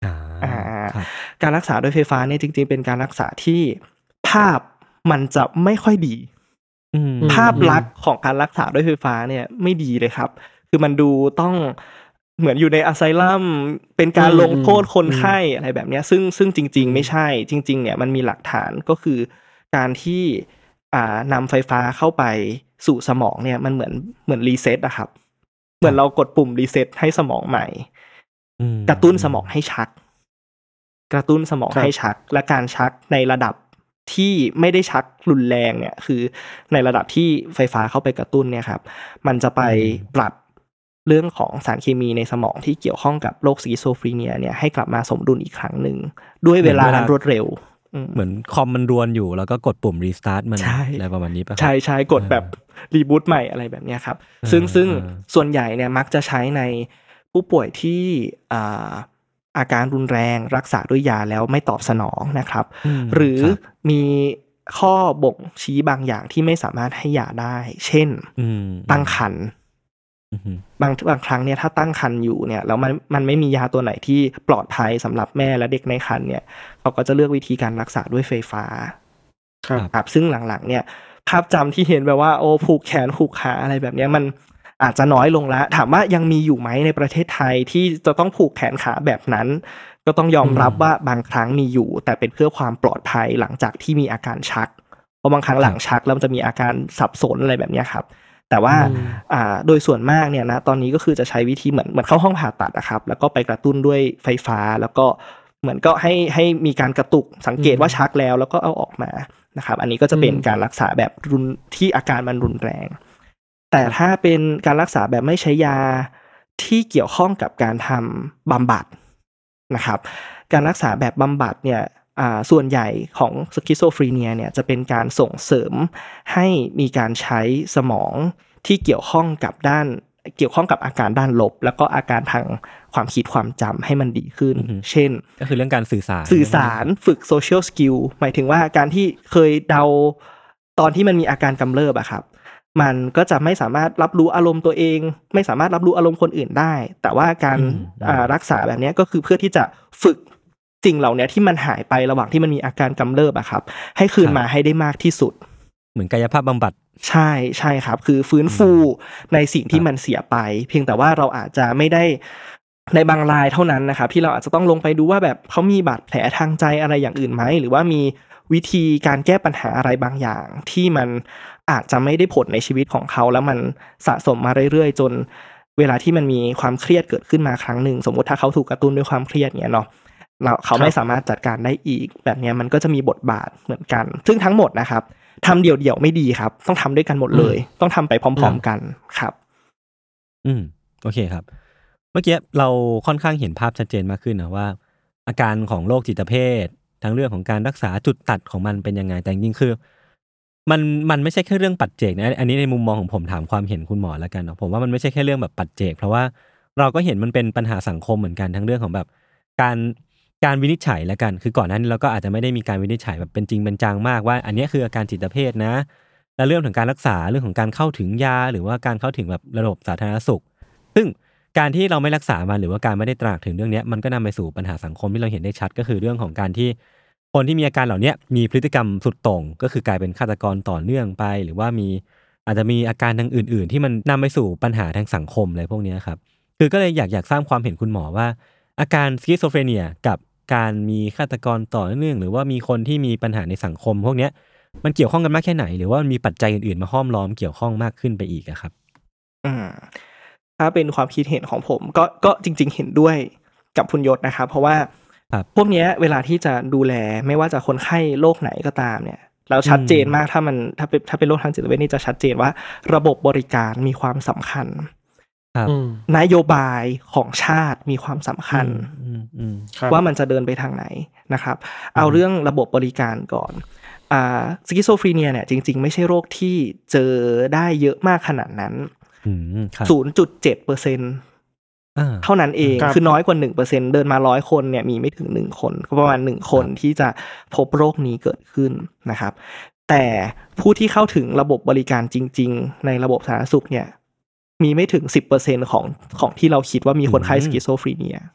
Speaker 6: อ่าการรักษาด้วยไฟฟ้าเนี่ยจริงๆเป็นการรักษาที่ภาพมันจะไม่ค่อยดีภาพลักษณ์ของการรักษาด้วยไฟฟ้าเนี่ยไม่ดีเลยครับคือมันดูต้องเหมือนอยู่ในอะไซลัมเป็นการลงโทษคนไข้อะไรแบบนี้ซึ่งซึ่งจริงๆไม่ใช่จริงๆเนี่ยมันมีหลักฐานก็คือการที่อ่านำไฟฟ้าเข้าไปสู่สมองเนี่ยมันเหมือนเหมือนรีเซ็ตอะครับเหมือนเรากดปุ่มรีเซ็ตให้สมองใหม่กระตุ้นสมองให้ชักกระตุ้นสมองให้ชักและการชักในระดับที่ไม่ได้ชักรุนแรงเนี่ยคือในระดับที่ไฟฟ้าเข้าไปกระตุ้นเนี่ยครับมันจะไปปรับเรื่องของสารเคมีในสมองที่เกี่ยวข้องกับโรคสคิโซฟรีเนียเนี่ยให้กลับมาสมดุลอีกครั้งหนึ่งด้วยเวลารวดเร็ว
Speaker 4: เหมือนคอมมันรวนอยู่แล้วก็กดปุ่มรีสตาร์ทมันอะไรประมาณนี้ป่ะ
Speaker 6: ใช่ใช่กดแบบรีบูตใหม่อะไรแบบนี้ครับซึ่งซึ่งส่วนใหญ่เนี่ยมักจะใช้ในผู้ป่วยที่อ่าอาการรุนแรงรักษาด้วยยาแล้วไม่ตอบสนองนะครับหรือมีข้อบ่งชี้บางอย่างที่ไม่สามารถให้ยาได้เช่นตั้งครรภ์บางบางครั้งเนี่ยถ้าตั้งครรภ์อยู่เนี่ยแล้วมันมันไม่มียาตัวไหนที่ปลอดภัยสำหรับแม่และเด็กในครรภ์เนี่ยเขาก็จะเลือกวิธีการรักษาด้วยไฟฟ้าครับซึ่งหลังๆเนี่ยภาพจำที่เห็นแบบว่าโอ้ผูกแขนผูกขาอะไรแบบนี้มันอาจจะน้อยลงแล้วถามว่ายังมีอยู่ไหมในประเทศไทยที่จะต้องผูกแขนขาแบบนั้นก็ต้องยอมรับว่าบางครั้งมีอยู่แต่เป็นเพื่อความปลอดภัยหลังจากที่มีอาการชักเพราะบางครั้งหลังชักแล้วมันจะมีอาการสับสนอะไรแบบนี้ครับแต่ว่าอ่าโดยส่วนมากเนี่ยนะตอนนี้ก็คือจะใช้วิธีเหมือนเหมือนเข้าห้องผ่าตัดนะครับแล้วก็ไปกระตุ้นด้วยไฟฟ้าแล้วก็เหมือนก็ให้ให้มีการกระตุกสังเกตว่าชักแล้วแล้วก็เอาออกมานะครับอันนี้ก็จะเป็นการรักษาแบบรุนที่อาการมันรุนแรงแต่ถ้าเป็นการรักษาแบบไม่ใช้ยาที่เกี่ยวข้องกับการทำบำบัดนะครับการรักษาแบบบำบัดเนี่ยอ่าส่วนใหญ่ของสคิโซฟรีเนียเนี่ยจะเป็นการส่งเสริมให้มีการใช้สมองที่เกี่ยวข้องกับด้านเกี่ยวข้องกับอาการด้านลบแล้วก็อาการทางความคิดความจำให้มันดีขึ้นเช่น
Speaker 4: ก็คือเรื่องการสื่อสาร
Speaker 6: สื่อสารฝึกโซเชียลสกิลหมายถึงว่าการที่เคยเดาตอนที่มันมีอาการกำเริบอะครับมันก็จะไม่สามารถรับรู้อารมณ์ตัวเองไม่สามารถรับรู้อารมณ์คนอื่นได้แต่ว่าการรักษาแบบนี้ก็คือเพื่อที่จะฝึกสิ่งเหล่านี้ที่มันหายไประหว่างที่มันมีอาการกำเริบอะครับให้คืนมาให้ได้มากที่สุด
Speaker 4: เหมือนกายภาพบำบัด
Speaker 6: ใช่ใช่ครับคือฟื้นฟูในสิ่งที่มันเสียไปเพียงแต่ว่าเราอาจจะไม่ได้ในบางรายเท่านั้นนะครับที่เราอาจจะต้องลงไปดูว่าแบบเขามีบาดแผลทางใจอะไรอย่างอื่นไหมหรือว่ามีวิธีการแก้ปัญหาอะไรบางอย่างที่มันอาจจะไม่ได้ผลในชีวิตของเขาแล้วมันสะสมมาเรื่อยๆจนเวลาที่มันมีความเครียดเกิดขึ้นมาครั้งหนึ่งสมมติถ้าเขาถูกกระตุ้นด้วยความเครียดเนี้ยเนาะเราเขาไม่สามารถจัดการได้อีกแบบนี้มันก็จะมีบทบาทเหมือนกันซึ่งทั้งหมดนะครับทำเดี่ยวๆไม่ดีครับต้องทำด้วยกันหมดเลยต้องทำไปพร้อมๆกันครับ
Speaker 4: อืมโอเคครับเมื่อกี้เราค่อนข้างเห็นภาพชัดเจนมากขึ้นนะว่าอาการของโรคจิตเภททั้งเรื่องของการรักษาจุดตัดของมันเป็นยังไงแต่จริงๆคือมันมันไม่ใช่แค่เรื่องปัจเจกนะอันนี้ในมุมมองของผมถามความเห็นคุณหมอแล้วกันเนาะผมว่ามันไม่ใช่แค่เรื่องแบบปัจเจกเพราะว่าเราก็เห็นมันเป็นปัญหาสังคมเหมือนกันทั้งเรื่องของแบบการการวินิจฉัยแล้วกันคือก่อนหน้านี้เราก็อาจจะไม่ได้มีการวินิจฉัยแบบเป็นจริงเป็นจังมากว่าอันนี้คืออาการจิตเภทนะและเรื่องของการรักษาเรื่องของการเข้าถึงยาหรือว่าการเข้าถึงแบบระบบสาธารณสุขซึ่งการที่เราไม่รักษามันหรือว่าการไม่ได้ตระหนักถึงเรื่องนี้มันก็นำไปสู่ปัญหาสังคมที่เราเห็นได้ชัดก็คือเรื่องของการที่คนที่มีอาการเหล่านี้มีพฤติกรรมสุดโต่งก็คือกลายเป็นฆาตกรต่อเนื่องไปหรือว่ามีอาจจะมีอาการทางอื่นๆที่มันนำไปสู่ปัญหาทางสังคมอะไรพวกนี้ครับคือก็เลยอยากอยากสร้างความเห็นคุณหมอว่าอาการสคิโซเฟรเนียกับการมีฆาตกรต่อเนื่องหรือว่ามีคนที่มีปัญหาในสังคมพวกนี้มันเกี่ยวข้องกันมากแค่ไหนหรือว่ามันมีปัจจัยอื่นๆมาห้อมล้อมเกี่ยวข้องมากขึ้นไปอีกอะครับ
Speaker 6: อืมถ้าเป็นความคิดเห็นของผมก็ก็จริงๆเห็นด้วยกับคุณยศนะครับเพราะว่าพวกนี้เวลาที่จะดูแลไม่ว่าจะคนไข้โรคไหนก็ตามเนี่ยเราชัดเจนมากถ้ามันถ้าเป็นถ้าเป็นโรคทางจิตเวชนี่จะชัดเจนว่าระบบบริการมีความสำคัญนโยบายของชาติมีความสำคัญว่ามันจะเดินไปทางไหนนะครับเอาเรื่องระบบบริการก่อนอ่าสคิโซฟรีเนียเนี่ยจริงๆไม่ใช่โรคที่เจอได้เยอะมากขนาดนั้น ศูนย์จุดเจ็ดเปอร์เซ็นต์ เท่านั้นเองคือน้อยกว่า หนึ่งเปอร์เซ็นต์ เดินมาหนึ่งร้อยคนเนี่ยมีไม่ถึงหนึ่งคนก็ประมาณหนึ่งคนที่จะพบโรคนี้เกิดขึ้นนะครับแต่ผู้ที่เข้าถึงระบบบริการจริงๆในระบบสาธารณสุขเนี่ยมีไม่ถึง สิบเปอร์เซ็นต์ ของของที่เราคิดว่ามีคนไข้สคิโซฟรีเนีย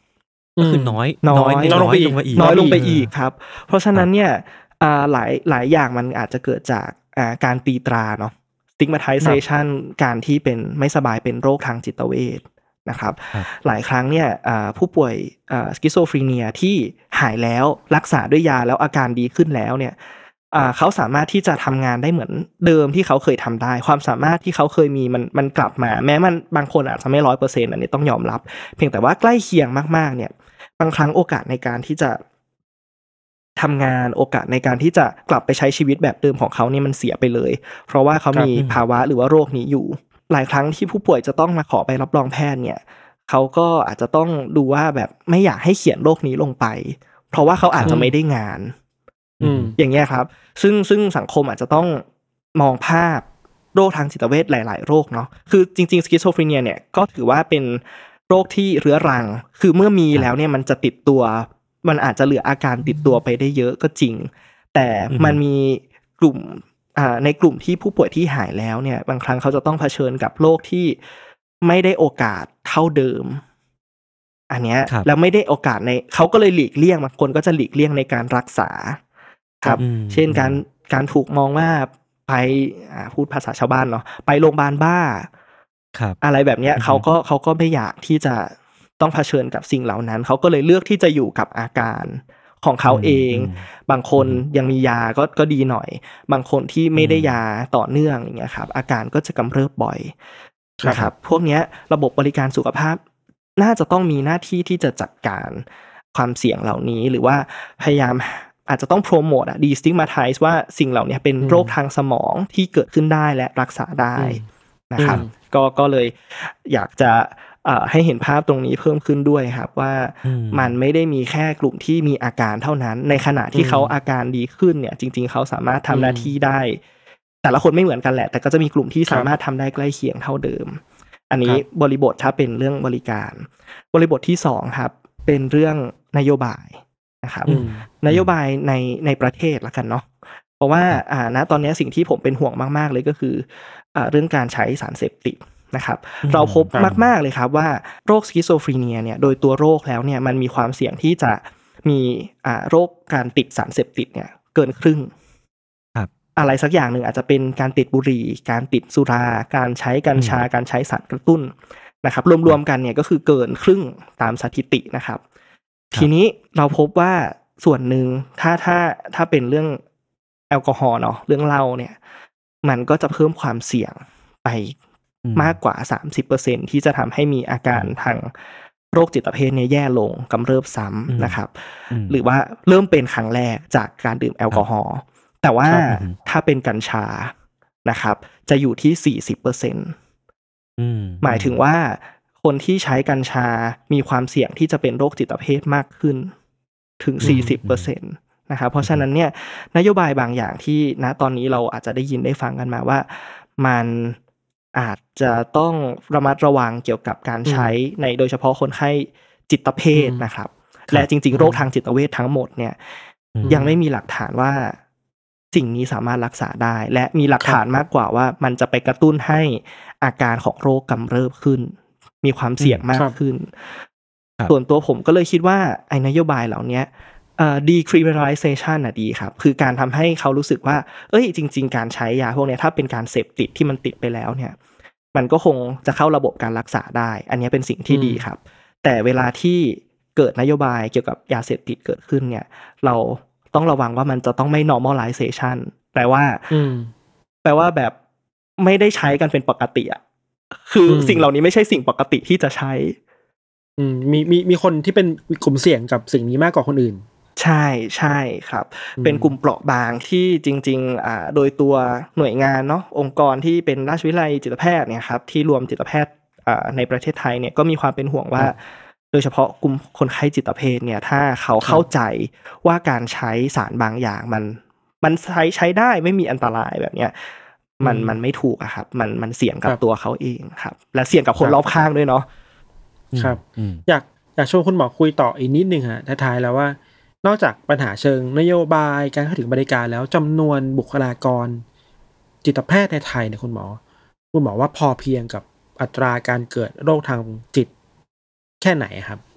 Speaker 4: ก็คือน้อย
Speaker 6: น้อย
Speaker 4: น้อยลงไปอีก
Speaker 6: น้อยลงไปอีกครับเพราะฉะนั้นเนี่ยอ่าหลายหลายอย่างมันอาจจะเกิดจากอ่าการตีตราเนาะ stigmatization การที่เป็นไม่สบายเป็นโรคทางจิตเวชนะครับหลายครั้งเนี่ยผู้ป่วยสคิโซฟรีเนียที่หายแล้วรักษาด้วยยาแล้วอาการดีขึ้นแล้วเนี่ยเขาสามารถที่จะทำงานได้เหมือนเดิมที่เขาเคยทำได้ความสามารถที่เขาเคยมีมันมันกลับมาแม้มันบางคนอาจจะไม่ร้อยเปอร์เซ็นต์อันนี้ต้องยอมรับเพียงแต่ว่าใกล้เคียงมากๆเนี่ยบางครั้งโอกาสในการที่จะทำงานโอกาสในการที่จะกลับไปใช้ชีวิตแบบเดิมของเขาเนี่ยมันเสียไปเลยเพราะว่าเขามีภาวะหรือว่าโรคนี้อยู่หลายครั้งที่ผู้ป่วยจะต้องมาขอใบรับรองแพทย์เนี่ยเขาก็อาจจะต้องดูว่าแบบไม่อยากให้เขียนโรคนี้ลงไปเพราะว่าเขาอาจจะไม่ได้งานอย่างเงี้ยครับซึ่งซึ่งสังคมอาจจะต้องมองภาพโรคทางจิตเวชหลายๆโรคเนาะคือจริงๆสคิโซฟรีเนียเนี่ยก็ถือว่าเป็นโรคที่เรื้อรังคือเมื่อมีแล้วเนี่ยมันจะติดตัวมันอาจจะเหลืออาการติดตัวไปได้เยอะก็จริงแต่มันมีกลุ่มในกลุ่มที่ผู้ป่วยที่หายแล้วเนี่ยบางครั้งเขาจะต้องเผชิญกับโรคที่ไม่ได้โอกาสเท่าเดิมอันเนี้ยแล้วไม่ได้โอกาสในเขาก็เลยหลีกเลี่ยงบางคนก็จะหลีกเลี่ยงในการรักษาครับเช่นการการถูกมองว่าไปพูดภาษาชาวบ้านเนาะไปโรงพยาบาลบ้าอะไรแบบเนี้ยเขาก็เขาก็ไม่อยากที่จะต้องเผชิญกับสิ่งเหล่านั้นเขาก็เลยเลือกที่จะอยู่กับอาการของเขาเองบางคนยังมียาก็ก็ดีหน่อยบางคนที่ไม่ได้ยาต่อเนื่องอย่างเงี้ยครับอาการก็จะกำเริบบ่อยนะครับพวกเนี้ยระบบบริการสุขภาพน่าจะต้องมีหน้าที่ที่จะจัดการความเสี่ยงเหล่านี้หรือว่าพยายามอาจจะต้องโปรโมทอะดีสติกมาไทส์ว่าสิ่งเหล่านี้เป็นโรคทางสมองที่เกิดขึ้นได้และรักษาได้นะครับก็ก็เลยอยากจะให้เห็นภาพตรงนี้เพิ่มขึ้นด้วยครับว่ามันไม่ได้มีแค่กลุ่มที่มีอาการเท่านั้นในขณะที่เขาอาการดีขึ้นเนี่ยจริงๆเขาสามารถทำหน้าที่ได้แต่ละคนไม่เหมือนกันแหละแต่ก็จะมีกลุ่มที่สามารถทำได้ใกล้เคียงเท่าเดิมอันนี้บริบทถ้าเป็นเรื่องบริการบริบทที่สองครับเป็นเรื่องนโยบายนะครับนโยบายในในประเทศละกันเนาะเพราะว่าอ่าณตmอนนี้สิ่งที่ผมเป็นห่วงมากๆเลยก็คืออ่าเรื่องการใช้สารเสพติดนะครับเราพบมากๆเลยครับว่าโรคสคิโซฟรีเนียเนี่ยโดยตัวโรคแล้วเนี่ยมันมีความเสี่ยงที่จะมีอ่าโรคการติดสารเสพติดเนี่ยเกินครึ่งอะไรสักอย่างหนึ่งอาจจะเป็นการติดบุหรี่การติดสุราการใช้กัญชาการใช้สารกระตุ้นนะครับรวมๆกันเนี่ยก็คือเกินครึ่งตามสถิตินะครับทีนี้เราพบว่าส่วนหนึ่งถ้าถ้าถ้าเป็นเรื่องแอลกอฮอล์เนาะเรื่องเหล้าเนี่ยมันก็จะเพิ่มความเสี่ยงไปมากกว่า สามสิบเปอร์เซ็นต์ ที่จะทำให้มีอาการทางโรคจิตเภทเนี่ยแย่ลงกำเริบซ้ำนะครับหรือว่าเริ่มเป็นครั้งแรกจากการดื่มแอลกอฮอล์แต่ว่าถ้าเป็นกัญชานะครับจะอยู่ที่ สี่สิบเปอร์เซ็นต์ หมายถึงว่าคนที่ใช้กัญชามีความเสี่ยงที่จะเป็นโรคจิตเภทมากขึ้นถึง สี่สิบเปอร์เซ็นต์ นะครับเพราะฉะนั้นเนี่ยนโยบายบางอย่างที่ณตอนนี้เราอาจจะได้ยินได้ฟังกันมาว่ามันอาจจะต้องระมัดระวังเกี่ยวกับการใช้ในโดยเฉพาะคนไข้จิตเภทนะครับและจริงๆโรคทางจิตเวชทั้งหมดเนี่ยยังไม่มีหลักฐานว่าสิ่งนี้สามารถรักษาได้และมีหลักฐานมากกว่าว่ามันจะไปกระตุ้นให้อาการของโรคกำเริบขึ้นมีความเสี่ยงมากขึ้นส่วนตัวผมก็เลยคิดว่าไอ้นโยบายเหล่านี้เอ่อ decriminalization น่ะดีครับคือการทำให้เขารู้สึกว่าเอ้ยจริงๆการใช้ยาพวกนี้ถ้าเป็นการเสพติดที่มันติดไปแล้วเนี่ยมันก็คงจะเข้าระบบการรักษาได้อันนี้เป็นสิ่งที่ดีครับแต่เวลาที่เกิดนโยบายเกี่ยวกับยาเสพติดเกิดขึ้นเนี่ยเราต้องระวังว่ามันจะต้องไม่ normalization แปลว่าแปลว่าแบบไม่ได้ใช้กันเป็นปกติอ่ะคือสิ่งเหล่านี้ไม่ใช่สิ่งปกติที่จะใช้
Speaker 5: อืมมีมีมีคนที่เป็นกลุ่มเสี่ยงกับสิ่งนี้มากกว่าคนอื่น
Speaker 6: ใช่ใช่ครับเป็นกลุ่มเปราะบางที่จริงๆอ่าโดยตัวหน่วยงานเนาะองค์กรที่เป็นราชวิทยาลัยจิตแพทย์เนี่ยครับที่รวมจิตแพทย์อ่าในประเทศไทยเนี่ยก็มีความเป็นห่วงว่าโดยเฉพาะกลุ่มคนไข้จิตเภทเนี่ยถ้าเขาเข้าใจว่าการใช้สารบางอย่างมันมันใช้ใช้ได้ไม่มีอันตรายแบบเนี้ยมันมันไม่ถูกอะครับมันมันเสี่ยงกับตัวเขาเองครับและเสี่ยงกับคนรอบข้างด้วยเนาะ
Speaker 5: ครับอยากอยากชวนคุณหมอคุยต่ออีกนิดนึงฮะท้ายๆแล้วว่านอกจากปัญหาเชิงนโยบายการเข้าถึงบริการแล้วจำนวนบุคลากรจิตแพทย์ในไทยเนี่ยคุณหมอคุณหมอว่าพอเพียงกับอัตราการเกิดโรคทางจิตแค่ไหนครับ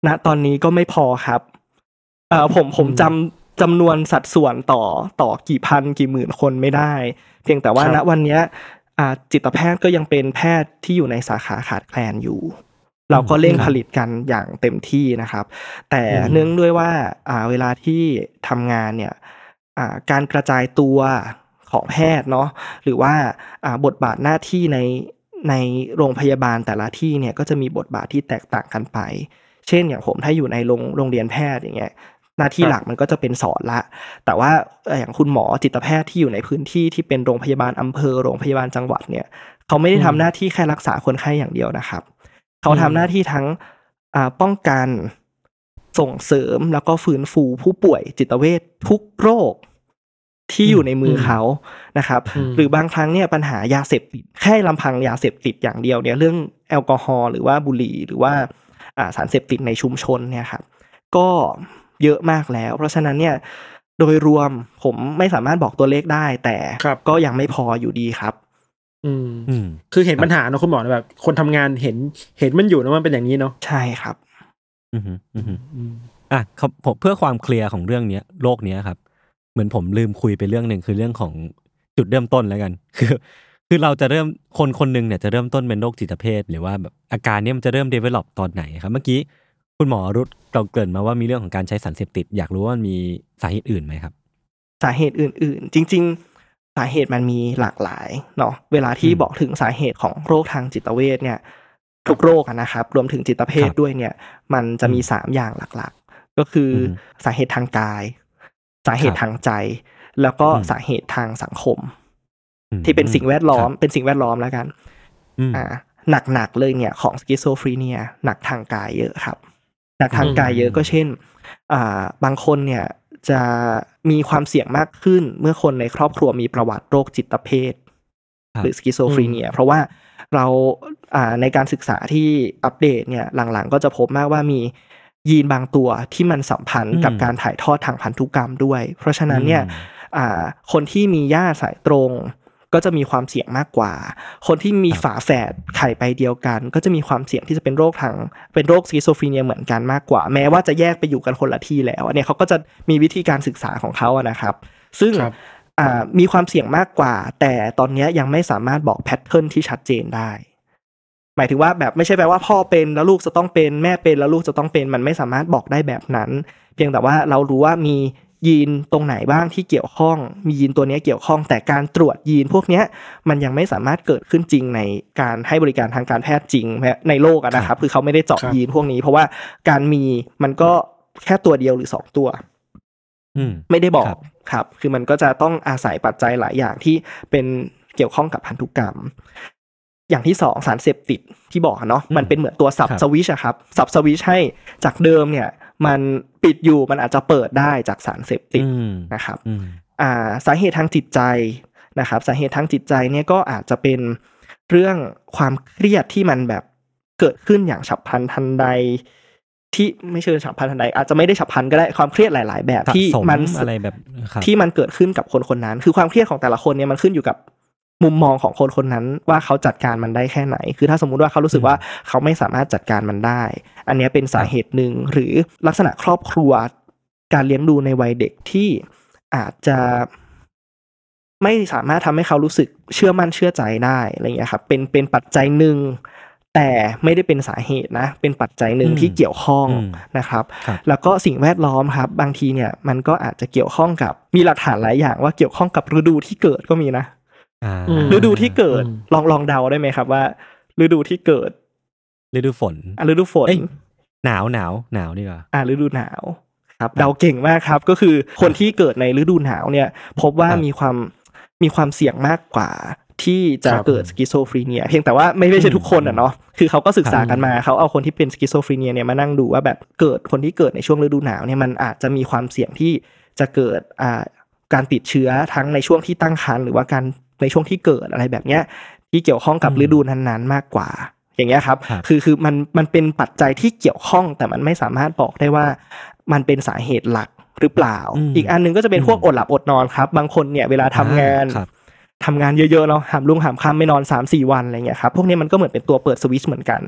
Speaker 6: ณตอนนี้ก็ไม่พอครับเอ่อผมผมจำจำนวนสัดส่วนต่อต่อกี่พันกี่หมื่นคนไม่ได้เพียงแต่ว่าณวันนี้อ่าจิตแพทย์ก็ยังเป็นแพทย์ที่อยู่ในสาขาขาดแคลนอยู่เราก็เร่งผลิตกันอย่างเต็มที่นะครับแต่เนื่องด้วยว่าอ่าเวลาที่ทำงานเนี่ยอ่าการกระจายตัวของแพทย์เนาะหรือว่าอ่าบทบาทหน้าที่ในในโรงพยาบาลแต่ละที่เนี่ยก็จะมีบทบาทที่แตกต่างกันไปเช่นอย่างผมถ้าอยู่ในโรงโรงเรียนแพทย์อย่างเงี้ยหน้าที่หลักมันก็จะเป็นสอนละแต่ว่าอย่างคุณหมอจิตแพทย์ที่อยู่ในพื้นที่ที่เป็นโรงพยาบาลอำเภอโรงพยาบาลจังหวัดเนี่ยเขาไม่ได้ทำหน้าที่แค่รักษาคนไข้อย่างเดียวนะครับเขาทำหน้าที่ทั้งอ่าป้องกันส่งเสริมแล้วก็ฟื้นฟูผู้ป่วยจิตเวชทุกโรคที่อยู่ในมือเขานะครับหรือบางครั้งเนี่ยปัญหายาเสพติดแค่ลำพังยาเสพติดอย่างเดียวเนี่ยเรื่องแอลกอฮอล์หรือว่าบุหรี่หรือว่าอ่าสารเสพติดในชุมชนเนี่ยครับก็เยอะมากแล้วเพราะฉะนั้นเนี่ยโดยรวมผมไม่สามารถบอกตัวเลขได้แต่ก็ยังไม่พออยู่ดีครับ
Speaker 5: อืมอืมคือเห็นปัญหาเนาะคุณหมอแบบคนทำงานเห็นเห็นมันอยู่นะมันเป็นอย่างนี้เนาะ
Speaker 6: ใช่ครับ
Speaker 4: อืมอืมอืมอ่ะครับผมเพื่อความเคลียร์ของเรื่องเนี้ยโรคเนี้ยครับเหมือนผมลืมคุยไปเรื่องนึงคือเรื่องของจุดเริ่มต้นแล้วกันคือคือเราจะเริ่มคนคนนึงเนี่ยจะเริ่มต้นเป็นโรคจิตเภทหรือว่าแบบอาการนี้มันจะเริ่ม develop ตอนไหนครับเมื่อกี้คุณหมอรุตเราเกริ่นมาว่ามีเรื่องของการใช้สารเสพติดอยากรู้ว่ามันมีสาเหตุอื่นไหมครับ
Speaker 6: สาเหตุอื่นๆจริงๆสาเหตุมันมีหลากหลายเนาะเวลาที่บอกถึงสาเหตุของโรคทางจิตเวชเนี่ยทุกโรคนะครับรวมถึงจิตเภทด้วยเนี่ยมันจะมีสามอย่างหลักๆก็คือสาเหตุทางกายสาเหตุทางใจแล้วก็สาเหตุทางสังคมที่เป็นสิ่งแวดล้อมเป็นสิ่งแวดล้อมแล้วกันอ่าหนักๆเลยเนี่ยของสคิโซฟรีเนียหนักทางกายเยอะครับหนักทางกายเยอะก็เช่นอ่าบางคนเนี่ยจะมีความเสี่ยงมากขึ้นเมื่อคนในครอบครัวมีประวัติโรคจิตเภทหรือสคิโซฟรีเนียเพราะว่าเราอ่าในการศึกษาที่อัปเดตเนี่ยหลังๆก็จะพบมากว่ามียีนบางตัวที่มันสัมพันธ์กับการถ่ายทอดทางพันธุกรรมด้วยเพราะฉะนั้นเนี่ยอ่าคนที่มีญาติสายตรงก็จะมีความเสี่ยงมากกว่าคนที่มีฝาแฝดไข่ใบเดียวกันก็จะมีความเสี่ยงที่จะเป็นโรคทางเป็นโรคสคิโซฟรีเนียเหมือนกันมากกว่าแม้ว่าจะแยกไปอยู่กันคนละที่แล้วอันนี้เขาก็จะมีวิธีการศึกษาของเขาอะนะครับซึ่งอ่ามีความเสี่ยงมากกว่าแต่ตอนนี้ยังไม่สามารถบอกแพทเทิร์นที่ชัดเจนได้หมายถึงว่าแบบไม่ใช่แปลว่าพ่อเป็นแล้วลูกจะต้องเป็นแม่เป็นแล้วลูกจะต้องเป็นมันไม่สามารถบอกได้แบบนั้นเพียงแต่ว่าเรารู้ว่ามียีนตรงไหนบ้างที่เกี่ยวข้องมียีนตัวนี้เกี่ยวข้องแต่การตรวจยีนพวกนี้มันยังไม่สามารถเกิดขึ้นจริงในการให้บริการทางการแพทย์จริงในโลกนะครับคือเขาไม่ได้เจาะยีนพวกนี้เพราะว่าการมีมันก็แค่ตัวเดียวหรือสองตัวไม่ได้บอกครับคือมันก็จะต้องอาศัยปัจจัยหลายอย่างที่เป็นเกี่ยวข้องกับพันธุกรรมอย่างที่สองสารเสพติดที่บอกเนาะมันเป็นเหมือนตัวสับสวิชอะครับสับสวิชให้จากเดิมเนี่ยมันปิดอยู่มันอาจจะเปิดได้จากสารเสพติดนะครับอ่าสาเหตุทางจิตใจนะครับสาเหตุทางจิตใจเนี่ยก็อาจจะเป็นเรื่องความเครียดที่มันแบบเกิดขึ้นอย่างฉับพลันทันใดที่ไม่เชิงฉับพลันทันใดอาจจะไม่ได้ฉับพลันก็ได้ความเครียดหลายๆแบบที่มัน
Speaker 4: อะไรแบบ
Speaker 6: ที่มันเกิดขึ้นกับคนคนนั้นคือความเครียดของแต่ละคนเนี่ยมันขึ้นอยู่กับมุมมองของคนคนนั้นว่าเขาจัดการมันได้แค่ไหนคือถ้าสมมุติว่าเขารู้สึกว่าเขาไม่สามารถจัดการมันได้อันนี้เป็นสาเหตุหนึ่งหรือลักษณะครอบครัวการเลี้ยงดูในวัยเด็กที่อาจจะไม่สามารถทำให้เขารู้สึกเชื่อมั่นเชื่อใจได้อะไรอย่างเงี้ยครับเป็นเป็นปัจจัยหนึ่งแต่ไม่ได้เป็นสาเหตุนะเป็นปัจจัยหนึ่งที่เกี่ยวข้องนะครับแล้วก็สิ่งแวดล้อมครับบางทีเนี่ยมันก็อาจจะเกี่ยวข้องกับมีหลักฐานหลายอย่างว่าเกี่ยวข้องกับฤดูที่เกิดก็มีนะฤดูที่เกิดลองลองเดาได้ไหมครับว่าฤดูที่เกิด
Speaker 4: ฤดูฝน
Speaker 6: อ่ะฤดูฝน
Speaker 4: หนาวหนาวหนาวดีกว่า
Speaker 6: อ่ะฤดูหนาวครับเดาเก่งมากครับก็คือคนที่เกิดในฤดูหนาวเนี่ยพบว่ามีความมีความเสี่ยงมากกว่าที่จะเกิดสคิโซฟรีเนียเพียงแต่ว่าไม่ใช่ทุกคนอ่ะเนาะคือเขาก็ศึกษากันมาเขาเอาคนที่เป็นสคิโซฟรีเนียเนี่ยมานั่งดูว่าแบบเกิดคนที่เกิดในช่วงฤดูหนาวเนี่ยมันอาจจะมีความเสี่ยงที่จะเกิดอ่าการติดเชื้อทั้งในช่วงที่ตั้งครรภ์หรือว่าการในช่วงที่เกิดอะไรแบบเนี้ยที่เกี่ยวข้องกับฤดูนั้นๆมากกว่าอย่างเงี้ยครับคือคือมันมันเป็นปัจจัยที่เกี่ยวข้องแต่มันไม่สามารถบอกได้ว่ามันเป็นสาเหตุหลักหรือเปล่าอีกอันนึงก็จะเป็นพวกอดหลับอดนอนครับบางคนเนี่ยเวลาทำงานทำงานเยอะๆเนาะหามรุ่งหามค่ำไม่นอน สามสี่ วันอะไรเงี้ยครับพวกนี้มันก็เหมือนเป็นตัวเปิดสวิตช์เหมือนกัน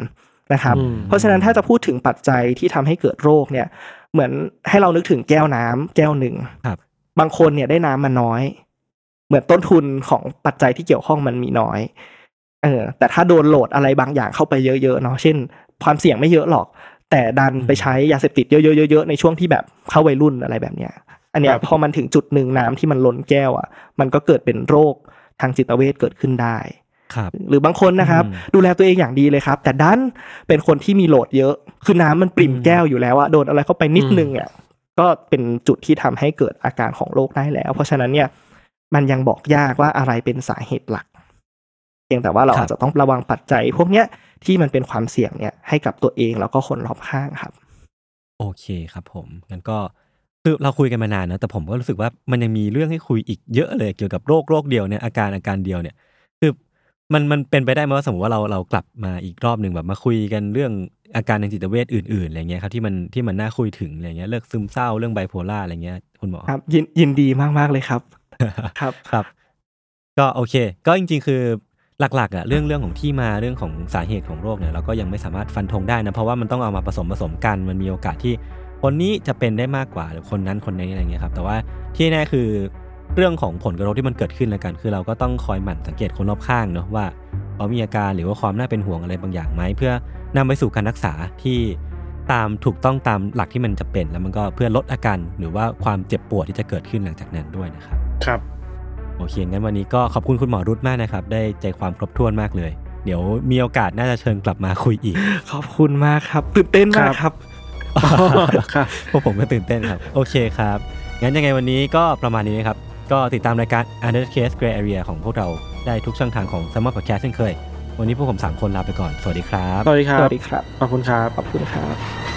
Speaker 6: นะครับเพราะฉะนั้นถ้าจะพูดถึงปัจจัยที่ทำให้เกิดโรคเนี่ยเหมือนให้เรานึกถึงแก้วน้ำแก้วหนึ่งบางคนเนี่ยได้น้ำมาน้อยเหมือนต้นทุนของปัจจัยที่เกี่ยวข้องมันมีน้อยเออแต่ถ้าโดนโหลดอะไรบางอย่างเข้าไปเยอะๆเนาะเช่นความเสี่ยงไม่เยอะหรอกแต่ดันไปใช้ยาเสพติดเยอะๆๆๆในช่วงที่แบบเข้าวัยรุ่นอะไรแบบเนี้ยอันเนี้ยพอมันถึงจุดนึงน้ำที่มันล้นแก้วอ่ะมันก็เกิดเป็นโรคทางจิตเวชเกิดขึ้นได้หรือบางคนนะครับดูแลตัวเองอย่างดีเลยครับแต่ดันเป็นคนที่มีโหลดเยอะคือน้ำมันปริ่มแก้วอยู่แล้วอะโดนอะไรเข้าไปนิดนึงอ่ะก็เป็นจุดที่ทำให้เกิดอาการของโรคได้แล้วเพราะฉะนั้นเนี่ยมันยังบอกยากว่าอะไรเป็นสาเหตุหลักเพียงแต่ว่าเราอาจจะต้องระวังปัจจัยพวกเนี้ยที่มันเป็นความเสี่ยงเนี่ยให้กับตัวเองแล้วก็คนรอบข้างครับ
Speaker 4: โอเคครับผมงั้นก็คือเราคุยกันมานานนะแต่ผมก็รู้สึกว่ามันยังมีเรื่องให้คุยอีกเยอะเลยเกี่ยวกับโรคโรคเดียวเนี่ยอาการอาการเดียวเนี่ยคือมันมันเป็นไปได้ไหมว่าสมมติว่าเราเรากลับมาอีกรอบนึงแบบมาคุยกันเรื่องอาการทางจิตเวชอื่นๆอะไรเงี้ยครับที่มันที่มันน่าคุยถึงอะไรเงี้ยเรื่องซึมเศร้าเรื่องไบโพล่าอะไรเงี้ยคุณหมอ
Speaker 6: ครับยินยินดีมากๆเลยครับครับ
Speaker 4: ครับก็โอเคก็จริงๆคือหลักๆอ่ะเรื่องเรื่องของที่มาเรื่องของสาเหตุของโรคเนี่ยเราก็ยังไม่สามารถฟันธงได้นะเพราะว่ามันต้องเอามาผสมผสมกันมันมีโอกาสที่คนนี้จะเป็นได้มากกว่าหรือคนนั้นคนนี้อะไรเงี้ยครับแต่ว่าที่แน่คือเรื่องของผลกระทบที่มันเกิดขึ้นแล้วกันคือเราก็ต้องคอยหมั่นสังเกตคนรอบข้างเนาะว่าเขามีอาการหรือว่าความน่าเป็นห่วงอะไรบางอย่างไหมเพื่อนำไปสู่การรักษาที่ตามถูกต้องตามหลักที่มันจะเป็นแล้วมันก็เพื่อลดอาการหรือว่าความเจ็บปวดที่จะเกิดขึ้นหลังจากนั้นด้วยนะครับ
Speaker 5: ครับ
Speaker 4: โอเคงั้นวันนี้ก็ขอบคุณคุณหมอรุธมากนะครับได้ใจความครบถ้วนมากเลยเดี๋ยวมีโอกาสน่าจะเชิญกลับมาคุยอีก
Speaker 6: ขอบคุณมากครับตื่นเต้นมากครับ
Speaker 4: ครับพวกผมก็ตื่นเต้นครับโอเคครับงั้นยังไงวันนี้ก็ประมาณนี้นะครับก็ติดตามรายการ Under Case Gray Area ของพวกเราได้ทุกช่องทางของ Salmon Podcast เช่นเคยวันนี้พวกผมสามคนลาไปก่อนสวัสดีครับ
Speaker 5: สวัสดีครับ
Speaker 6: สวัสดีครับ
Speaker 5: ขอบคุณครับ
Speaker 6: ขอบคุณครับ